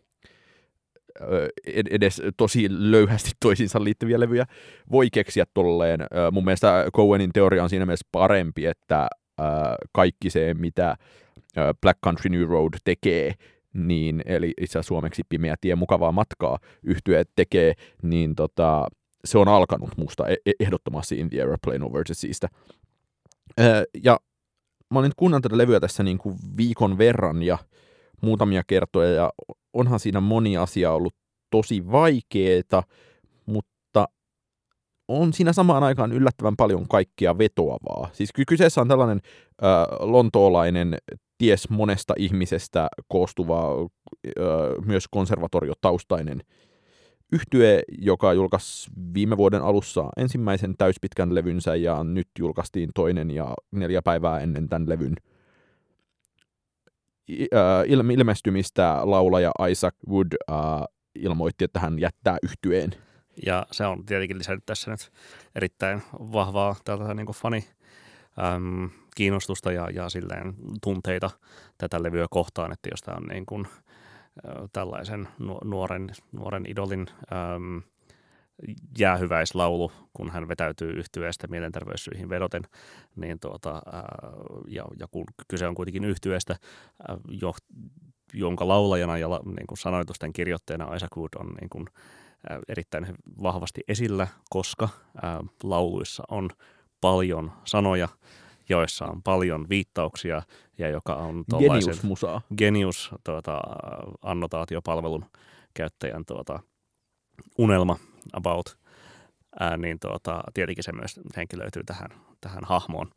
edes tosi löyhästi toisiinsa liittyviä levyjä voi keksiä tolleen. Mun mielestä Cohenin teoria on siinä mielessä parempi, että kaikki se, mitä Black Country New Road tekee, niin, eli itse asiassa suomeksi Pimeä tie, mukavaa matkaa yhtyeet tekee, niin se on alkanut musta ehdottomasti In the Airplane Over the Seasta. Ja mä olin kuunnellut tätä levyä tässä niin kuin viikon verran ja muutamia kertoja, ja onhan siinä moni asia ollut tosi vaikeeta, mutta on siinä samaan aikaan yllättävän paljon kaikkia vetoavaa. Siis kyseessä on tällainen lontoolainen, ties monesta ihmisestä koostuva, myös konservatoриotaustainen yhtye, joka julkaisi viime vuoden alussa ensimmäisen täyspitkän levynsä, ja nyt julkaistiin toinen ja 4 päivää ennen tämän levyn ilmestymistä laulaja Isaac Wood ilmoitti, että hän jättää yhtyeen. Ja se on tietenkin lisännyt tässä nyt erittäin vahvaa niin kuin kiinnostusta ja silleen tunteita tätä levyä kohtaan, että jos tämä on niin kuin tällaisen nuoren idolin jäähyväislaulu, kun hän vetäytyy yhtyeestä mielenterveyssyihin vedoten, niin ja kun kyse on kuitenkin yhtyeestä, jonka laulajana ja niin kuin sanoitusten kirjoittajana Isaac Wood on niin kuin erittäin vahvasti esillä, koska lauluissa on paljon sanoja, joissa on paljon viittauksia ja joka on Genius annotaatiopalvelun käyttäjän unelma about, niin tietenkin se myös henkilöityy tähän hahmoon.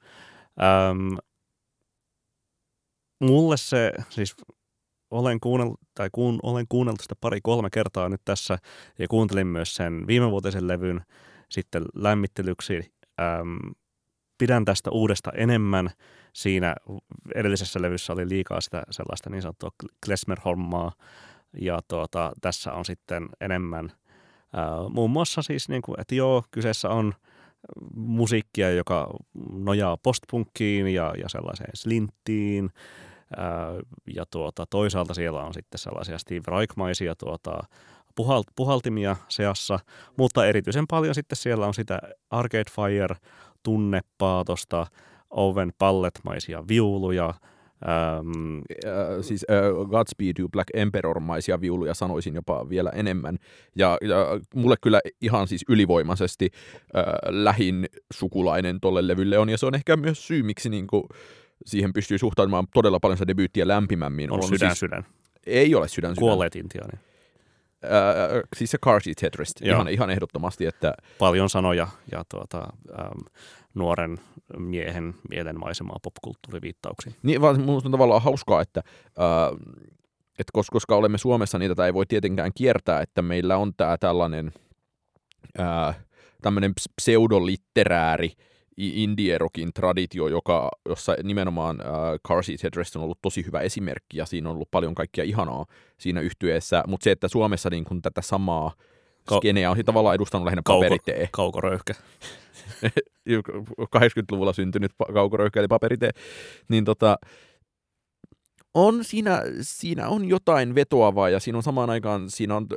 Mulle se, siis olen kuunnellut sitä 2-3 kertaa nyt tässä ja kuuntelin myös sen viimevuotisen levyn sitten lämmittelyksi. Pidän tästä uudesta enemmän. Siinä edellisessä levyssä oli liikaa sitä sellaista niin sanottua klezmer-hommaa ja tässä on sitten enemmän muun muassa siis, niin kuin, että joo, kyseessä on musiikkia, joka nojaa postpunkkiin ja sellaiseen slinttiin. Ja toisaalta siellä on sitten sellaisia Steve Reich-maisia puhaltimia seassa, mutta erityisen paljon sitten siellä on sitä Arcade Fire tunnepaatosta, Owen Pallet-maisia viuluja. Siis Godspeed You Black Emperor-maisia viuluja sanoisin jopa vielä enemmän. Ja mulle kyllä ihan siis ylivoimaisesti lähin sukulainen tolle levylle on, ja se on ehkä myös syy, miksi niinku siihen pystyy suhtautumaan todella paljon sitä debyyttiä lämpimämmin. On sydän. Ei ole sydän. Kuolleet intiaani. Siis se Car Seat Headrest, ihan ehdottomasti. Että paljon sanoja ja nuoren miehen mielenmaisemaa popkulttuuriviittauksia. Niin, vaan minusta on tavallaan hauskaa, että koska olemme Suomessa, niin tätä ei voi tietenkään kiertää, että meillä on tämä tällainen tämmöinen pseudolitterääri indie-rockin traditio, jossa nimenomaan Car Seat Headrest on ollut tosi hyvä esimerkki, ja siinä on ollut paljon kaikkia ihanaa siinä yhtyeessä, mutta se, että Suomessa niin kun tätä samaa skeneä on tavallaan edustanut lähinnä paperitee. Kaukoröyhkä. 80-luvulla syntynyt kaukoröyhkä eli paperitee, niin on siinä on jotain vetoavaa, ja siinä on samaan aikaan, siinä on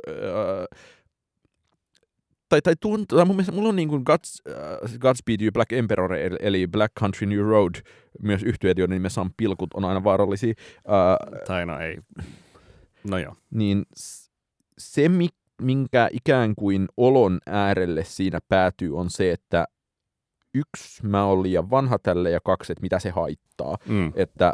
mun mielestä mulla on niin kuin Godspeed You Black Emperor, eli Black Country New Road, myös yhtyeet, joiden nimessä on pilkut, on aina vaarallisia. Tai no ei. No joo. Niin se, minkä ikään kuin olon äärelle siinä päätyy, on se, että 1, mä oon liian vanha tälle, ja 2, että mitä se haittaa. Että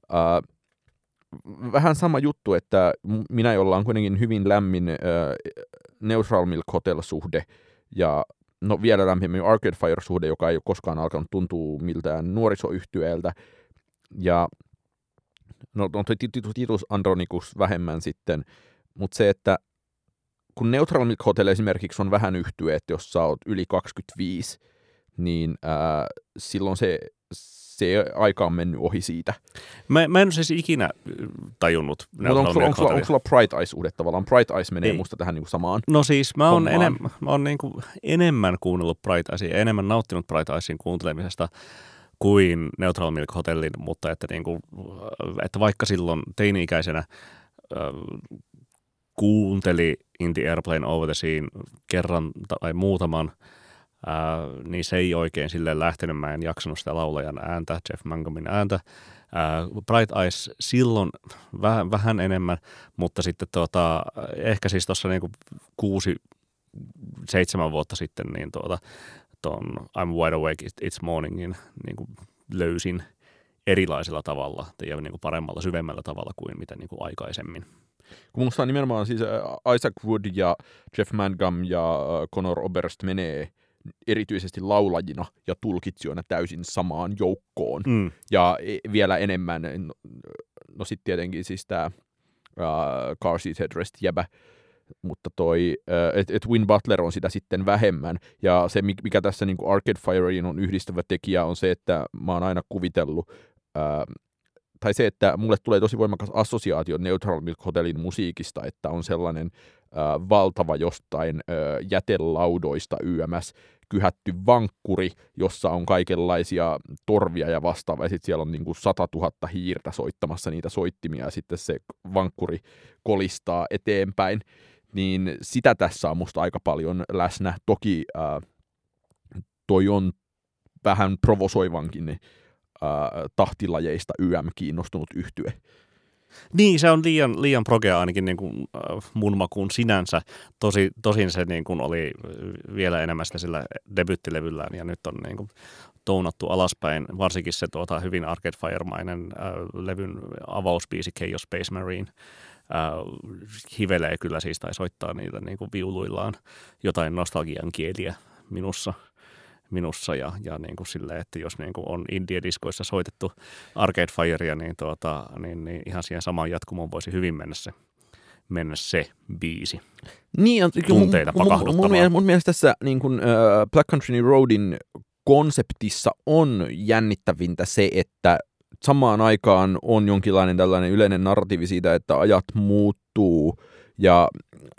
vähän sama juttu, että minä, jolla on kuitenkin hyvin lämmin Neutral Milk Hotel-suhde, ja no vielä lämmin Arcade Fire-suhde, joka ei ole koskaan alkanut tuntua miltään nuorisoyhtyeeltä, ja no Titus Andronicus vähemmän sitten, mutta se, että kun Neutral Milk Hotel esimerkiksi on vähän yhtyeet, jos sä oot yli 25, niin silloin se aika on mennyt ohi siitä. Mä en siis ikinä tajunnut Neutral Milk Hotelia. Onko sulla Bright Eyes-suhde tavallaan? Bright Eyes menee musta tähän niinku samaan. No siis mä oon niinku enemmän kuunnellut Bright Eyesia ja enemmän nauttinut Bright Eyesin kuuntelemisesta kuin Neutral Milk Hotelin, mutta että vaikka silloin teini-ikäisenä kuunteli In the Airplane Over the Sea kerran tai muutaman, niin se ei oikein silleen lähtenyt. Mä en jaksanut sitä laulajan ääntä, Jeff Mangamin ääntä. Bright Eyes silloin vähän enemmän, mutta sitten ehkä siis tuossa niinku 6-7 vuotta sitten niin ton I'm Wide Awake, It's Morningin niinku löysin erilaisella tavalla ja niinku paremmalla, syvemmällä tavalla kuin mitä niinku aikaisemmin. Kun musta on nimenomaan siis Isaac Wood ja Jeff Mangum ja Conor Oberst menee erityisesti laulajina ja tulkitsijoina täysin samaan joukkoon. Ja vielä enemmän, no sitten tietenkin siis tämä Car Seat Headrest jäbä, mutta että Win Butler on sitä sitten vähemmän. Ja se, mikä tässä niin kuin Arcade Firein on yhdistävä tekijä, on se, että mä oon aina kuvitellut, tai se, että mulle tulee tosi voimakas assosiaatio Neutral Milk Hotelin musiikista, että on sellainen valtava jostain jätelaudoista YMS kyhätty vankkuri, jossa on kaikenlaisia torvia ja vastaavaa, ja sitten siellä on niin kuin 100 000 hiirtä soittamassa niitä soittimia, ja sitten se vankkuri kolistaa eteenpäin, niin sitä tässä on musta aika paljon läsnä. Toki toi on vähän provosoivankin tahtilajeista kiinnostunut yhtye. Niin, se on liian progea ainakin niin kuin mun makuun sinänsä. Tosin se niin kuin oli vielä enemmän sitä sillä debyttilevyllään ja nyt on niin kuin tounattu alaspäin. Varsinkin se hyvin Arcade Fire-mainen levyn avausbiisi Chaos Space Marine hivelee kyllä siis tai soittaa niillä niin kuin viuluillaan jotain nostalgian kieliä minussa ja niin kuin silleen, että jos niin kuin on indie-diskoissa soitettu Arcade Firea, niin ihan siihen samaan jatkumoon voisi hyvin mennä se biisi. Niin, tunteita pakahduttavaa. Mun mielestä tässä niin kuin, Black Country Roadin konseptissa on jännittävintä se, että samaan aikaan on jonkinlainen tällainen yleinen narratiivi siitä, että ajat muuttuu ja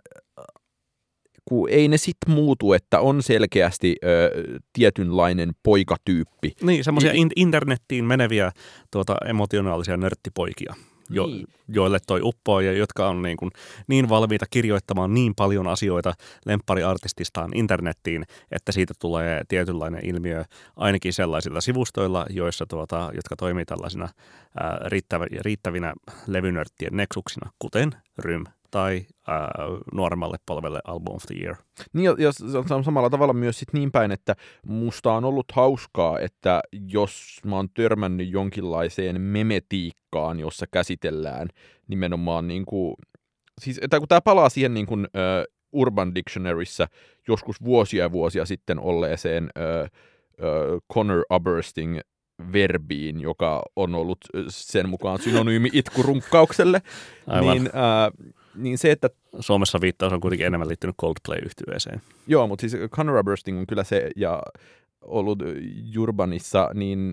kun ei ne sit muutu, että on selkeästi tietynlainen poikatyyppi. Niin, semmoisia internettiin meneviä emotionaalisia nörttipoikia, joille toi uppoo ja jotka on niin valmiita kirjoittamaan niin paljon asioita lemppariartististaan internettiin, että siitä tulee tietynlainen ilmiö ainakin sellaisilla sivustoilla, jotka toimii tällaisina riittävinä levynörttien neksuksina, kuten Rym tai nuoremmalle polvelle Album of the Year. Niin, ja se on samalla tavalla myös sit niin päin, että musta on ollut hauskaa, että jos mä oon törmännyt jonkinlaiseen memetiikkaan, jossa käsitellään nimenomaan niinku, siis kun tää palaa siihen niinku, Urban Dictionaryssä joskus vuosia sitten olleeseen Conor Obersting verbiin, joka on ollut sen mukaan synonyymi itkurunkkaukselle, niin se, että Suomessa viittaus on kuitenkin enemmän liittynyt Coldplay-yhtyeeseen. Joo, mutta siis Conor Obersting on kyllä se, ja ollut Urbanissa, niin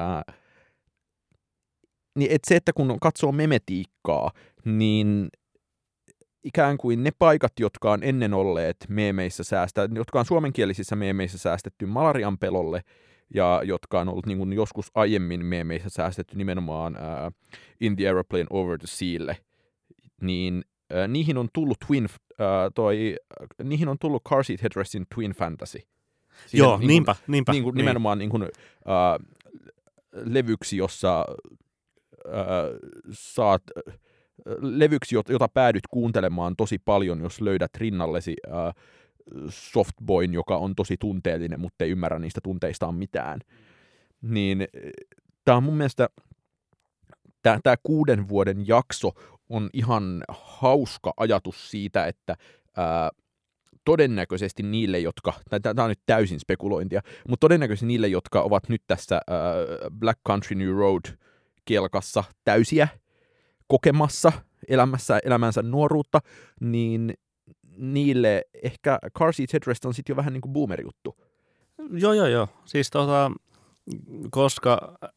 et se, että kun katsoo memetiikkaa, niin ikään kuin ne paikat, jotka on ennen olleet meemeissä jotka on suomenkielisissä meemeissä säästetty malarian pelolle, ja jotka on ollut niin kuin joskus aiemmin meemeissä säästetty nimenomaan In the Aeroplane Over the Sealle, niin niihin on tullut niihin on tullut Car Seat Headrestin Twin Fantasy. Joo, niinpä. Nimenomaan niin kuin, levyksi, jossa saat levyksi, jota päädyt kuuntelemaan tosi paljon, jos löydät rinnallesi Softboyn, joka on tosi tunteellinen, mutta ei ymmärrä niistä tunteistaan mitään. Niin tämä on mun mielestä, tämä 6 vuoden jakso on ihan hauska ajatus siitä, että todennäköisesti niille, tämä on nyt täysin spekulointia, mutta todennäköisesti niille, jotka ovat nyt tässä Black Country New Road-kelkassa täysiä kokemassa elämänsä nuoruutta, niin niille ehkä Car Seat Headrest on sitten jo vähän niin kuin boomer-juttu. Joo. Siis koska,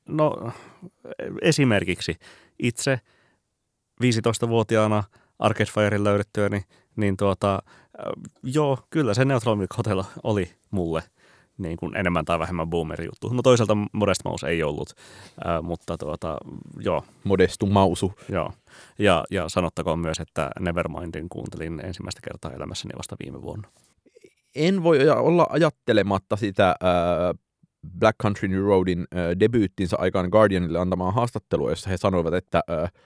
esimerkiksi itse 15-vuotiaana Arcade Firen löydettyäni, niin joo, kyllä se Neutral Milk Hotel oli mulle niin kuin enemmän tai vähemmän boomer-juttu. No toisaalta Modest Mouse ei ollut, mutta joo. Modestu Mausu. Joo, ja sanottakoon myös, että Nevermindin kuuntelin ensimmäistä kertaa elämässäni vasta viime vuonna. En voi olla ajattelematta sitä Black Country New Roadin debyyttinsä aikaan Guardianille antamaan haastattelua, jossa he sanoivat, että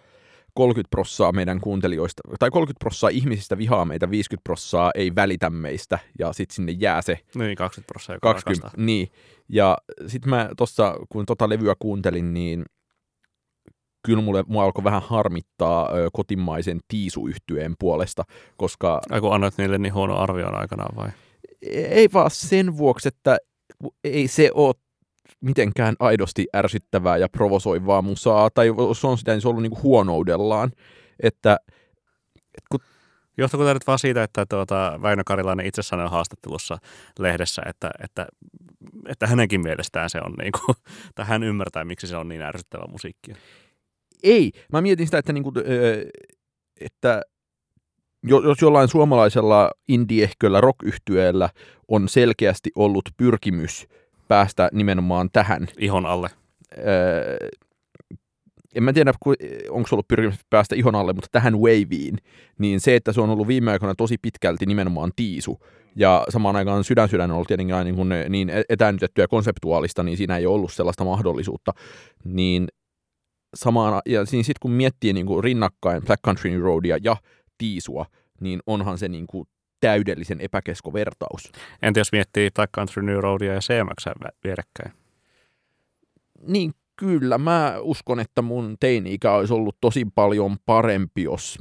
30% meidän kuuntelijoista, tai 30% ihmisistä vihaa meitä, 50% ei välitä meistä, ja sitten sinne jää se... Niin, 20% joka 20, niin. Ja sitten mä tuossa, kun levyä kuuntelin, niin kyllä mua alkoi vähän harmittaa kotimaisen Tiisu-yhtyeen puolesta, koska... Ai kun annoit niille niin huono arvion aikanaan vai? Ei vaan sen vuoksi, että ei se ole mitenkään aidosti ärsyttävää ja provosoivaa musaa, tai se on sitä, niin se on ollut niinku huonoudellaan, että Johtuuko tämä nyt vaan siitä, että Väinö Karilainen itse sanoi haastattelussa lehdessä, että hänenkin mielestään se on niinku, tai hän ymmärtää, miksi se on niin ärsyttävää musiikkia? Ei. Mä mietin sitä, että jos jollain suomalaisella indie-ehköllä rock-yhtyeellä on selkeästi ollut pyrkimys päästä nimenomaan tähän. Ihon alle. En mä tiedä, onko se ollut pyrkimys päästä ihon alle, mutta tähän waveen, niin se, että se on ollut viime aikoina tosi pitkälti nimenomaan Tiisu, ja samaan aikaan Sydän on ollut tietenkin aina niin etäännytettyä ja konseptuaalista, niin siinä ei ole ollut sellaista mahdollisuutta, niin ja sitten kun miettii niin kuin rinnakkain Black Country New Roadia ja Tiisua, niin onhan se niin kuin täydellisen epäkeskovertaus. Entä jos miettii Black Country New Roadia ja CMX:ää vierekkäin? Niin kyllä, mä uskon, että mun teini-ikä olisi ollut tosi paljon parempi, jos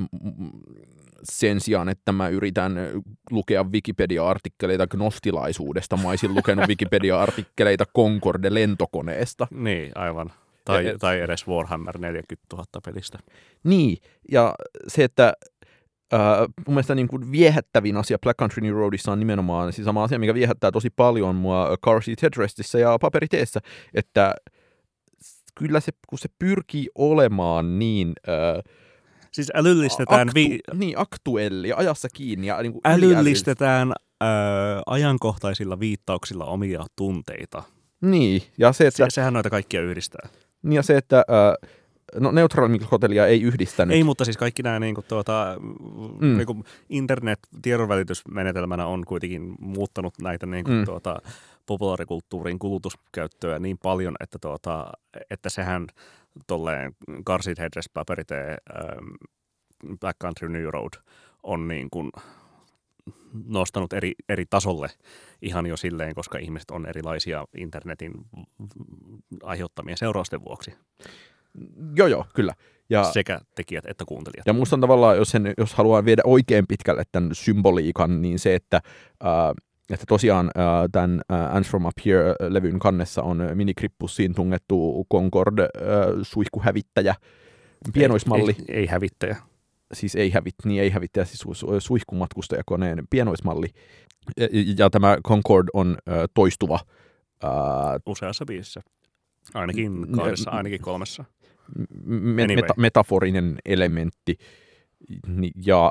sen sijaan, että mä yritän lukea Wikipedia-artikkeleita gnostilaisuudesta, mä olisin lukenut Wikipedia-artikkeleita Concorde-lentokoneesta. Niin, aivan. Tai edes Warhammer 40 000 pelistä. Niin, ja se, että mun mielestä niin kuin viehättävin asia Black Country New Roadissa on nimenomaan siis sama asia, mikä viehättää tosi paljon mua Car Seat Headrestissä ja Paperiteessä, että kyllä se, kun se pyrkii olemaan niin... siis älyllistetään... aktuelli ja ajassa kiinni. Ja niin kuin älyllistetään ajankohtaisilla viittauksilla omia tunteita. Niin, ja se, että... Sehän noita kaikkia yhdistää. Niin, ja se, että... Neutral Milk Hotelia ei yhdistänyt. Ei, mutta siis kaikki nämä niinku, niinku internet-tiedonvälitysmenetelmänä on kuitenkin muuttanut näitä niinku, populaarikulttuurin kulutuskäyttöä niin paljon, että sehän tolleen Car Seat Headrest, Paperite, Black Country New Road on niin kuin nostanut eri tasolle ihan jo silleen, koska ihmiset on erilaisia internetin aiheuttamien seurausten vuoksi. Joo, kyllä. Ja, sekä tekijät että kuuntelijat. Ja musta on tavallaan, jos haluaa viedä oikein pitkälle tämän symboliikan, niin se, että tosiaan tämän Ants from Up Here-levyn kannessa on minikrippussiin tungettu Concorde-suihkuhävittäjä, pienoismalli. Ei hävittäjä. Siis ei hävittäjä, siis suihkumatkustajakoneen pienoismalli. Ja tämä Concorde on toistuva Useassa biisissä. Ainakin kahdessa, ainakin kolmessa. Metaforinen elementti. Ja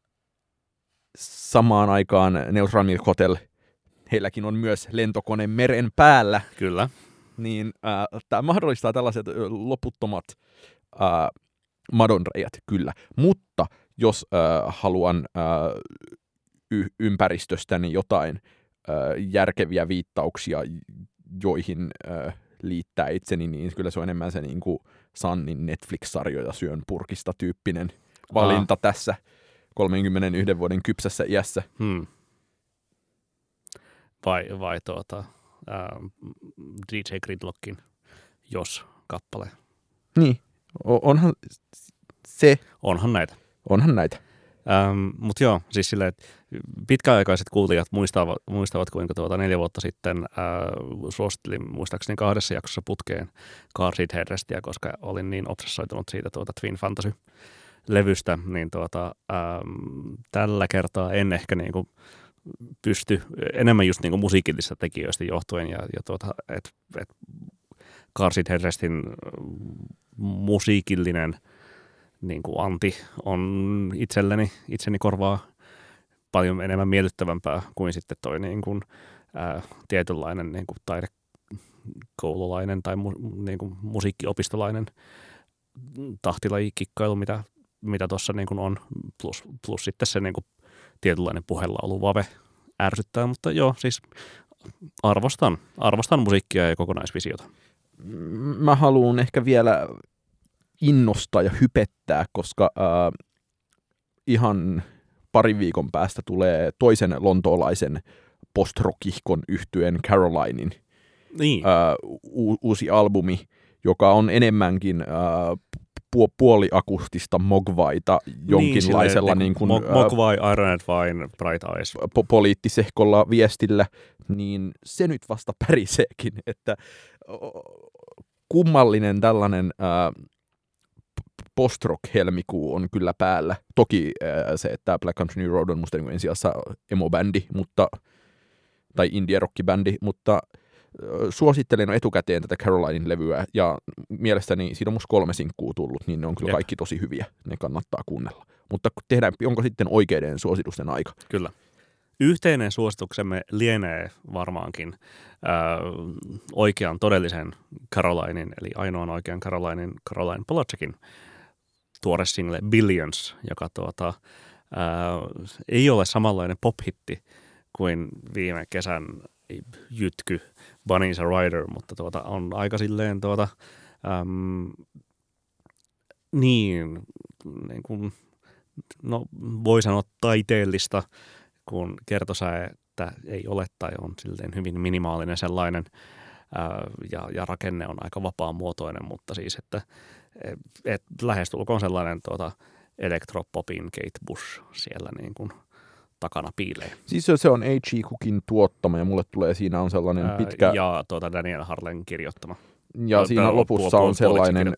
samaan aikaan Neutral Milk Hotel, heilläkin on myös lentokone meren päällä. Kyllä. Niin tämä mahdollistaa tällaiset loputtomat madonreijät, kyllä. Mutta jos haluan ympäristöstäni jotain järkeviä viittauksia, joihin liittää itseni, niin kyllä se on enemmän se niin kuin Sannin Netflix-sarjoja syön purkista tyyppinen valinta tässä 31 vuoden kypsässä iässä. Vai DJ Gridlockin Jos-kappale. Niin, onhan se. Onhan näitä. Mutta joo, siis silleen, että pitkäaikaiset kuulijat muistavat kuinka 4 vuotta sitten suosittelin muistaakseni 2 jaksossa putkeen Car Seat Headrestia, koska olin niin obsessoitunut siitä Twin Fantasy-levystä, niin tällä kertaa en ehkä niinku pysty enemmän just niinku musiikillisista tekijöistä johtuen ja et Car Seat Headrestin musiikillinen niin kuin anti on itseni korvaa paljon enemmän miellyttävämpää kuin sitten toi niin kuin, tietynlainen niin kuin taidekoululainen tai niin kuin musiikkiopistolainen tahtilajikikkailu, mitä tuossa niin kuin on, plus sitten se niin kuin tietynlainen puhellauluvave ärsyttää, mutta joo, siis arvostan musiikkia ja kokonaisvisiota. Mä haluan ehkä vielä innostaa ja hypettää, koska ihan parin viikon päästä tulee toisen lontoolaisen post-rockihkon yhtyeen Carolinein uusi albumi, joka on enemmänkin puoliakustista Mogwaita jonkinlaisella niin kuin Mogwai, Iron Wine, Bright Eyes poliittisehkolla viestillä, niin se nyt vasta päriseekin, että kummallinen tällainen post-rock-helmikuu on kyllä päällä. Toki se, että Black Country New Road on musta niin ensisijassa emo-bändi, tai indie-rock-bändi, mutta suosittelen etukäteen tätä Carolinin levyä, ja mielestäni siitä on musta 3 sinkkuu tullut, niin ne on kyllä kaikki tosi hyviä. Ne kannattaa kuunnella. Mutta onko sitten oikeiden suositusten aika? Kyllä. Yhteinen suosituksemme lienee varmaankin oikean todellisen Carolinin, eli ainoan oikean Caroline Polacekin tuore single Billions, joka ei ole samanlainen pop-hitti kuin viime kesän jytky Bunny's a Rider, mutta on aika silleen niin kuin, no voi sanoa taiteellista, kun kertosäettä ei ole tai on silleen hyvin minimaalinen sellainen ja rakenne on aika vapaamuotoinen, mutta siis, että lähestulkoon sellainen elektropopin Kate Bush siellä niin kuin takana piilee. Siis se on H.E. Cookin tuottama ja mulle tulee siinä on sellainen pitkä ja Daniel Harlen kirjoittama. Ja siinä lopussa on sellainen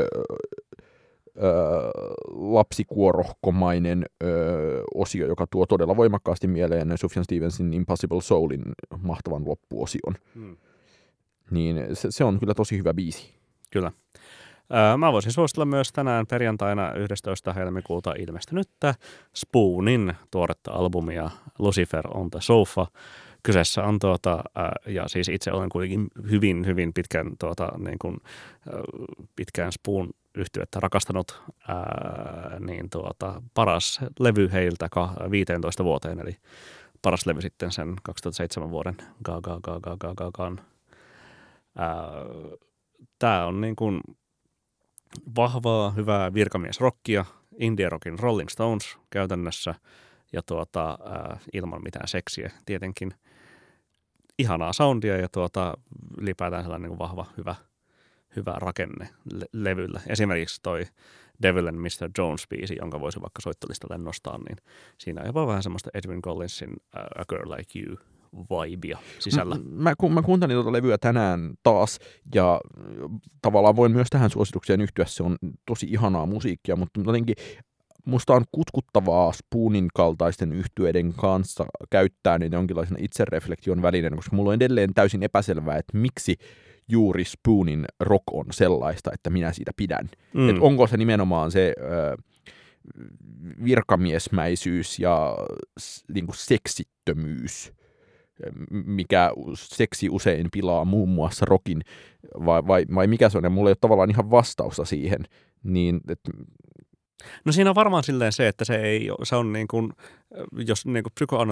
lapsikuorohkomainen osio, joka tuo todella voimakkaasti mieleen Sufjan Stevensin Impossible Soulin mahtavan loppuosion. Niin se on kyllä tosi hyvä biisi. Kyllä. Mä voisin suositella myös tänään perjantaina 11. helmikuuta ilmestynyttä Spoonin tuoretta albumia Lucifer on the Sofa. Kyseessä on ja siis itse olen kuitenkin hyvin pitkän niin kuin, pitkään Spoon yhtyettä rakastanut, niin paras levy heiltä 15 vuoteen, eli paras levy sitten sen 2007 vuoden Gagan. Tää on niin kuin vahvaa, hyvää virkamiesrockia, indie-rockin Rolling Stones käytännössä ja ilman mitään seksiä tietenkin. Ihanaa soundia ja ylipäätään sellainen niin vahva, hyvä rakenne levyllä. Esimerkiksi toi Devil and Mr. Jones-biisi, jonka voisi vaikka soittolistalle nostaa, niin siinä on jopa vähän semmoista Edwyn Collinsin A Girl Like You -vibea sisällä. Mä kuuntelin tuota levyä tänään taas, ja tavallaan voin myös tähän suositukseen yhtyä. Se on tosi ihanaa musiikkia, mutta jotenkin musta on kutkuttavaa Spoonin kaltaisten yhtyeiden kanssa käyttää niitä jonkinlaisena itsereflektion välineenä, koska mulla on edelleen täysin epäselvää, että miksi juuri Spoonin rock on sellaista, että minä siitä pidän. Et onko se nimenomaan se virkamiesmäisyys ja niin kuin seksittömyys, mikä seksi usein pilaa muun muassa rockin, vai mikä se on, ja mulla ei ole tavallaan ihan vastausta siihen. Niin, no siinä on varmaan silleen se, että se on niin kuin, jos niin kuin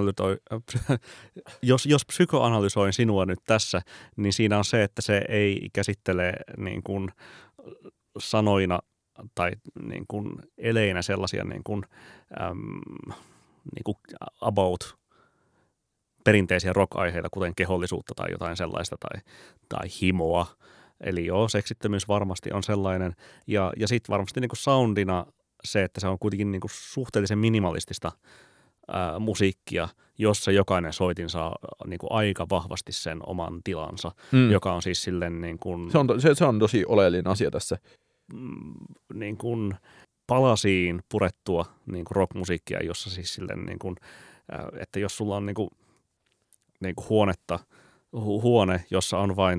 jos psykoanalysoin sinua nyt tässä, niin siinä on se, että se ei käsittele niin kuin sanoina tai niin kuin eleinä sellaisia niin kuin about perinteisiä rock-aiheita, kuten kehollisuutta tai jotain sellaista tai himoa. Eli joo, seksittömyys varmasti on sellainen. Ja sitten varmasti niin kuin soundina se, että se on kuitenkin niin kuin suhteellisen minimalistista musiikkia, jossa jokainen soitin saa niin kuin aika vahvasti sen oman tilansa, joka on siis silleen niin kuin... Se on tosi oleellinen asia tässä. Niin kuin palasiin purettua niin kuin rockmusiikkia, jossa siis silleen niin kuin, että jos sulla on niin kuin huone, jossa on vain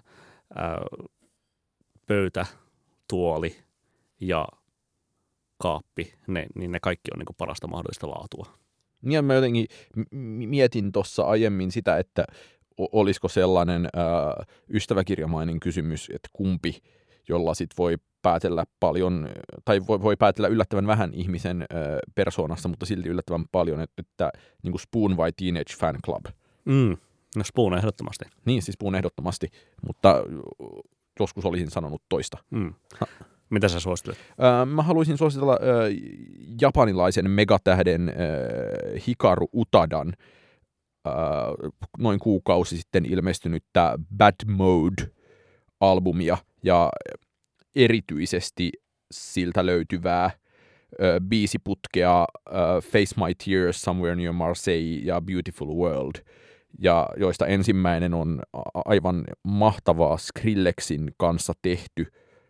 pöytä, tuoli ja kaappi, niin ne kaikki on niin kuin parasta mahdollista laatua. Ja mä jotenkin mietin tuossa aiemmin sitä, että olisiko sellainen ystäväkirjamainen kysymys, että kumpi, jolla sit voi päätellä paljon, tai voi päätellä yllättävän vähän ihmisen persoonasta, mutta silti yllättävän paljon, että niin kuin Spoon vai Teenage Fan Club. No Spoon ehdottomasti. Niin, siis Spoon ehdottomasti, mutta joskus olisin sanonut toista. Mitä sä suosittelet? Mä haluaisin suositella japanilaisen megatähden Hikaru Utadan noin kuukausi sitten ilmestynyttä Bad Mode-albumia, ja erityisesti siltä löytyvää biisiputkea Face My Tears, Somewhere Near Marseille ja Beautiful World, ja joista ensimmäinen on aivan mahtavaa Skrillexin kanssa tehty,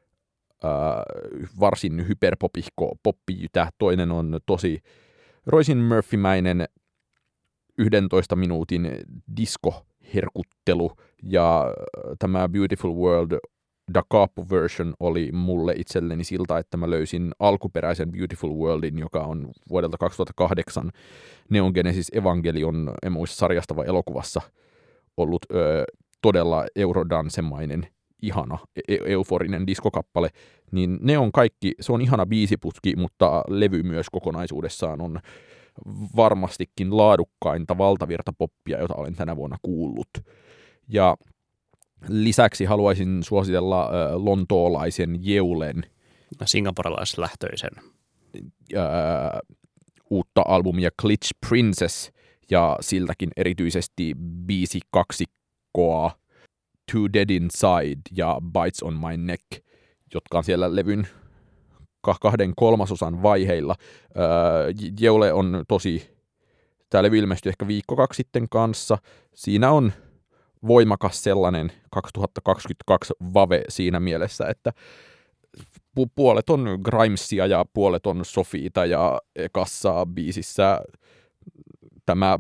varsin hyperpopihko poppijytä. Toinen on tosi Roisin Murphy-mäinen 11 minuutin diskoherkuttelu, ja tämä Beautiful World Da Capo version oli mulle itselleni siltä, että mä löysin alkuperäisen Beautiful Worldin, joka on vuodelta 2008 Neon Genesis Evangelion, en muista sarjasta vai elokuvassa, ollut todella eurodansemainen, ihana, euforinen diskokappale, niin ne on kaikki, se on ihana biisiputki, mutta levy myös kokonaisuudessaan on varmastikin laadukkainta valtavirtapoppia, jota olen tänä vuonna kuullut. Ja lisäksi haluaisin suositella lontoolaisen Jeulen singaporelaislähtöisen uutta albumia Glitch Princess, ja siltäkin erityisesti biisikaksikkoa Too Dead Inside ja Bites on My Neck, jotka on siellä levyn 2/3 vaiheilla. Jeule on tämä levy ilmestyi ehkä viikko 2 sitten kanssa. Siinä on voimakas sellainen 2022 vave siinä mielessä, että puolet on Grimesia ja puolet on Sofiita, ja ekassa biisissä tämä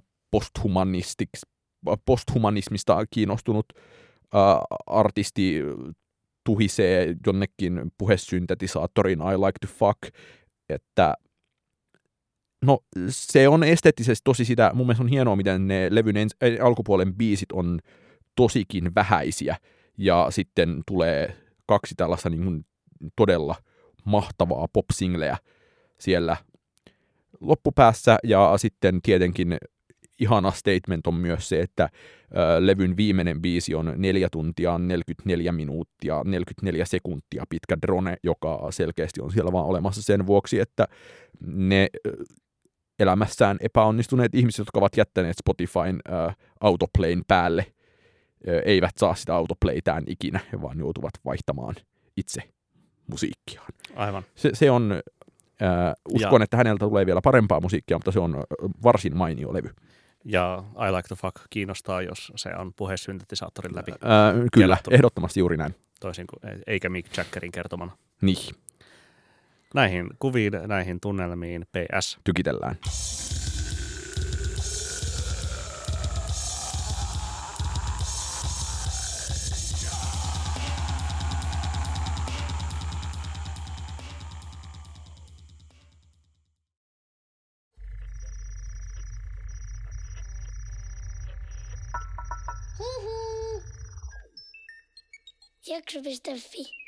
posthumanismista kiinnostunut artisti tuhisee jonnekin puhesyntetisaattorin I like to fuck, että no se on esteettisesti tosi sitä, mun mielestä on hienoa, miten ne levyn alkupuolen biisit on tosikin vähäisiä, ja sitten tulee 2 tällaista niin kuin todella mahtavaa pop-singleä siellä loppupäässä, ja sitten tietenkin ihana statement on myös se, että levyn viimeinen biisi on 4 tuntia, 44 minuuttia, 44 sekuntia pitkä drone, joka selkeästi on siellä vaan olemassa sen vuoksi, että ne elämässään epäonnistuneet ihmiset, jotka ovat jättäneet Spotifyn autoplayn päälle, eivät saa sitä autoplaytään ikinä, vaan joutuvat vaihtamaan itse musiikkiaan. Aivan. Se on, uskon, että häneltä tulee vielä parempaa musiikkia, mutta se on varsin mainio levy. Ja I Like to Fuck kiinnostaa, jos se on puhesyntetisaattorin läpi. Kyllä, kelattu. Ehdottomasti juuri näin. Toisin kuin, eikä Mick Jaggerin kertomana. Niin. näihin kuviin, näihin tunnelmiin, PS. Tykitellään. Jakso.fi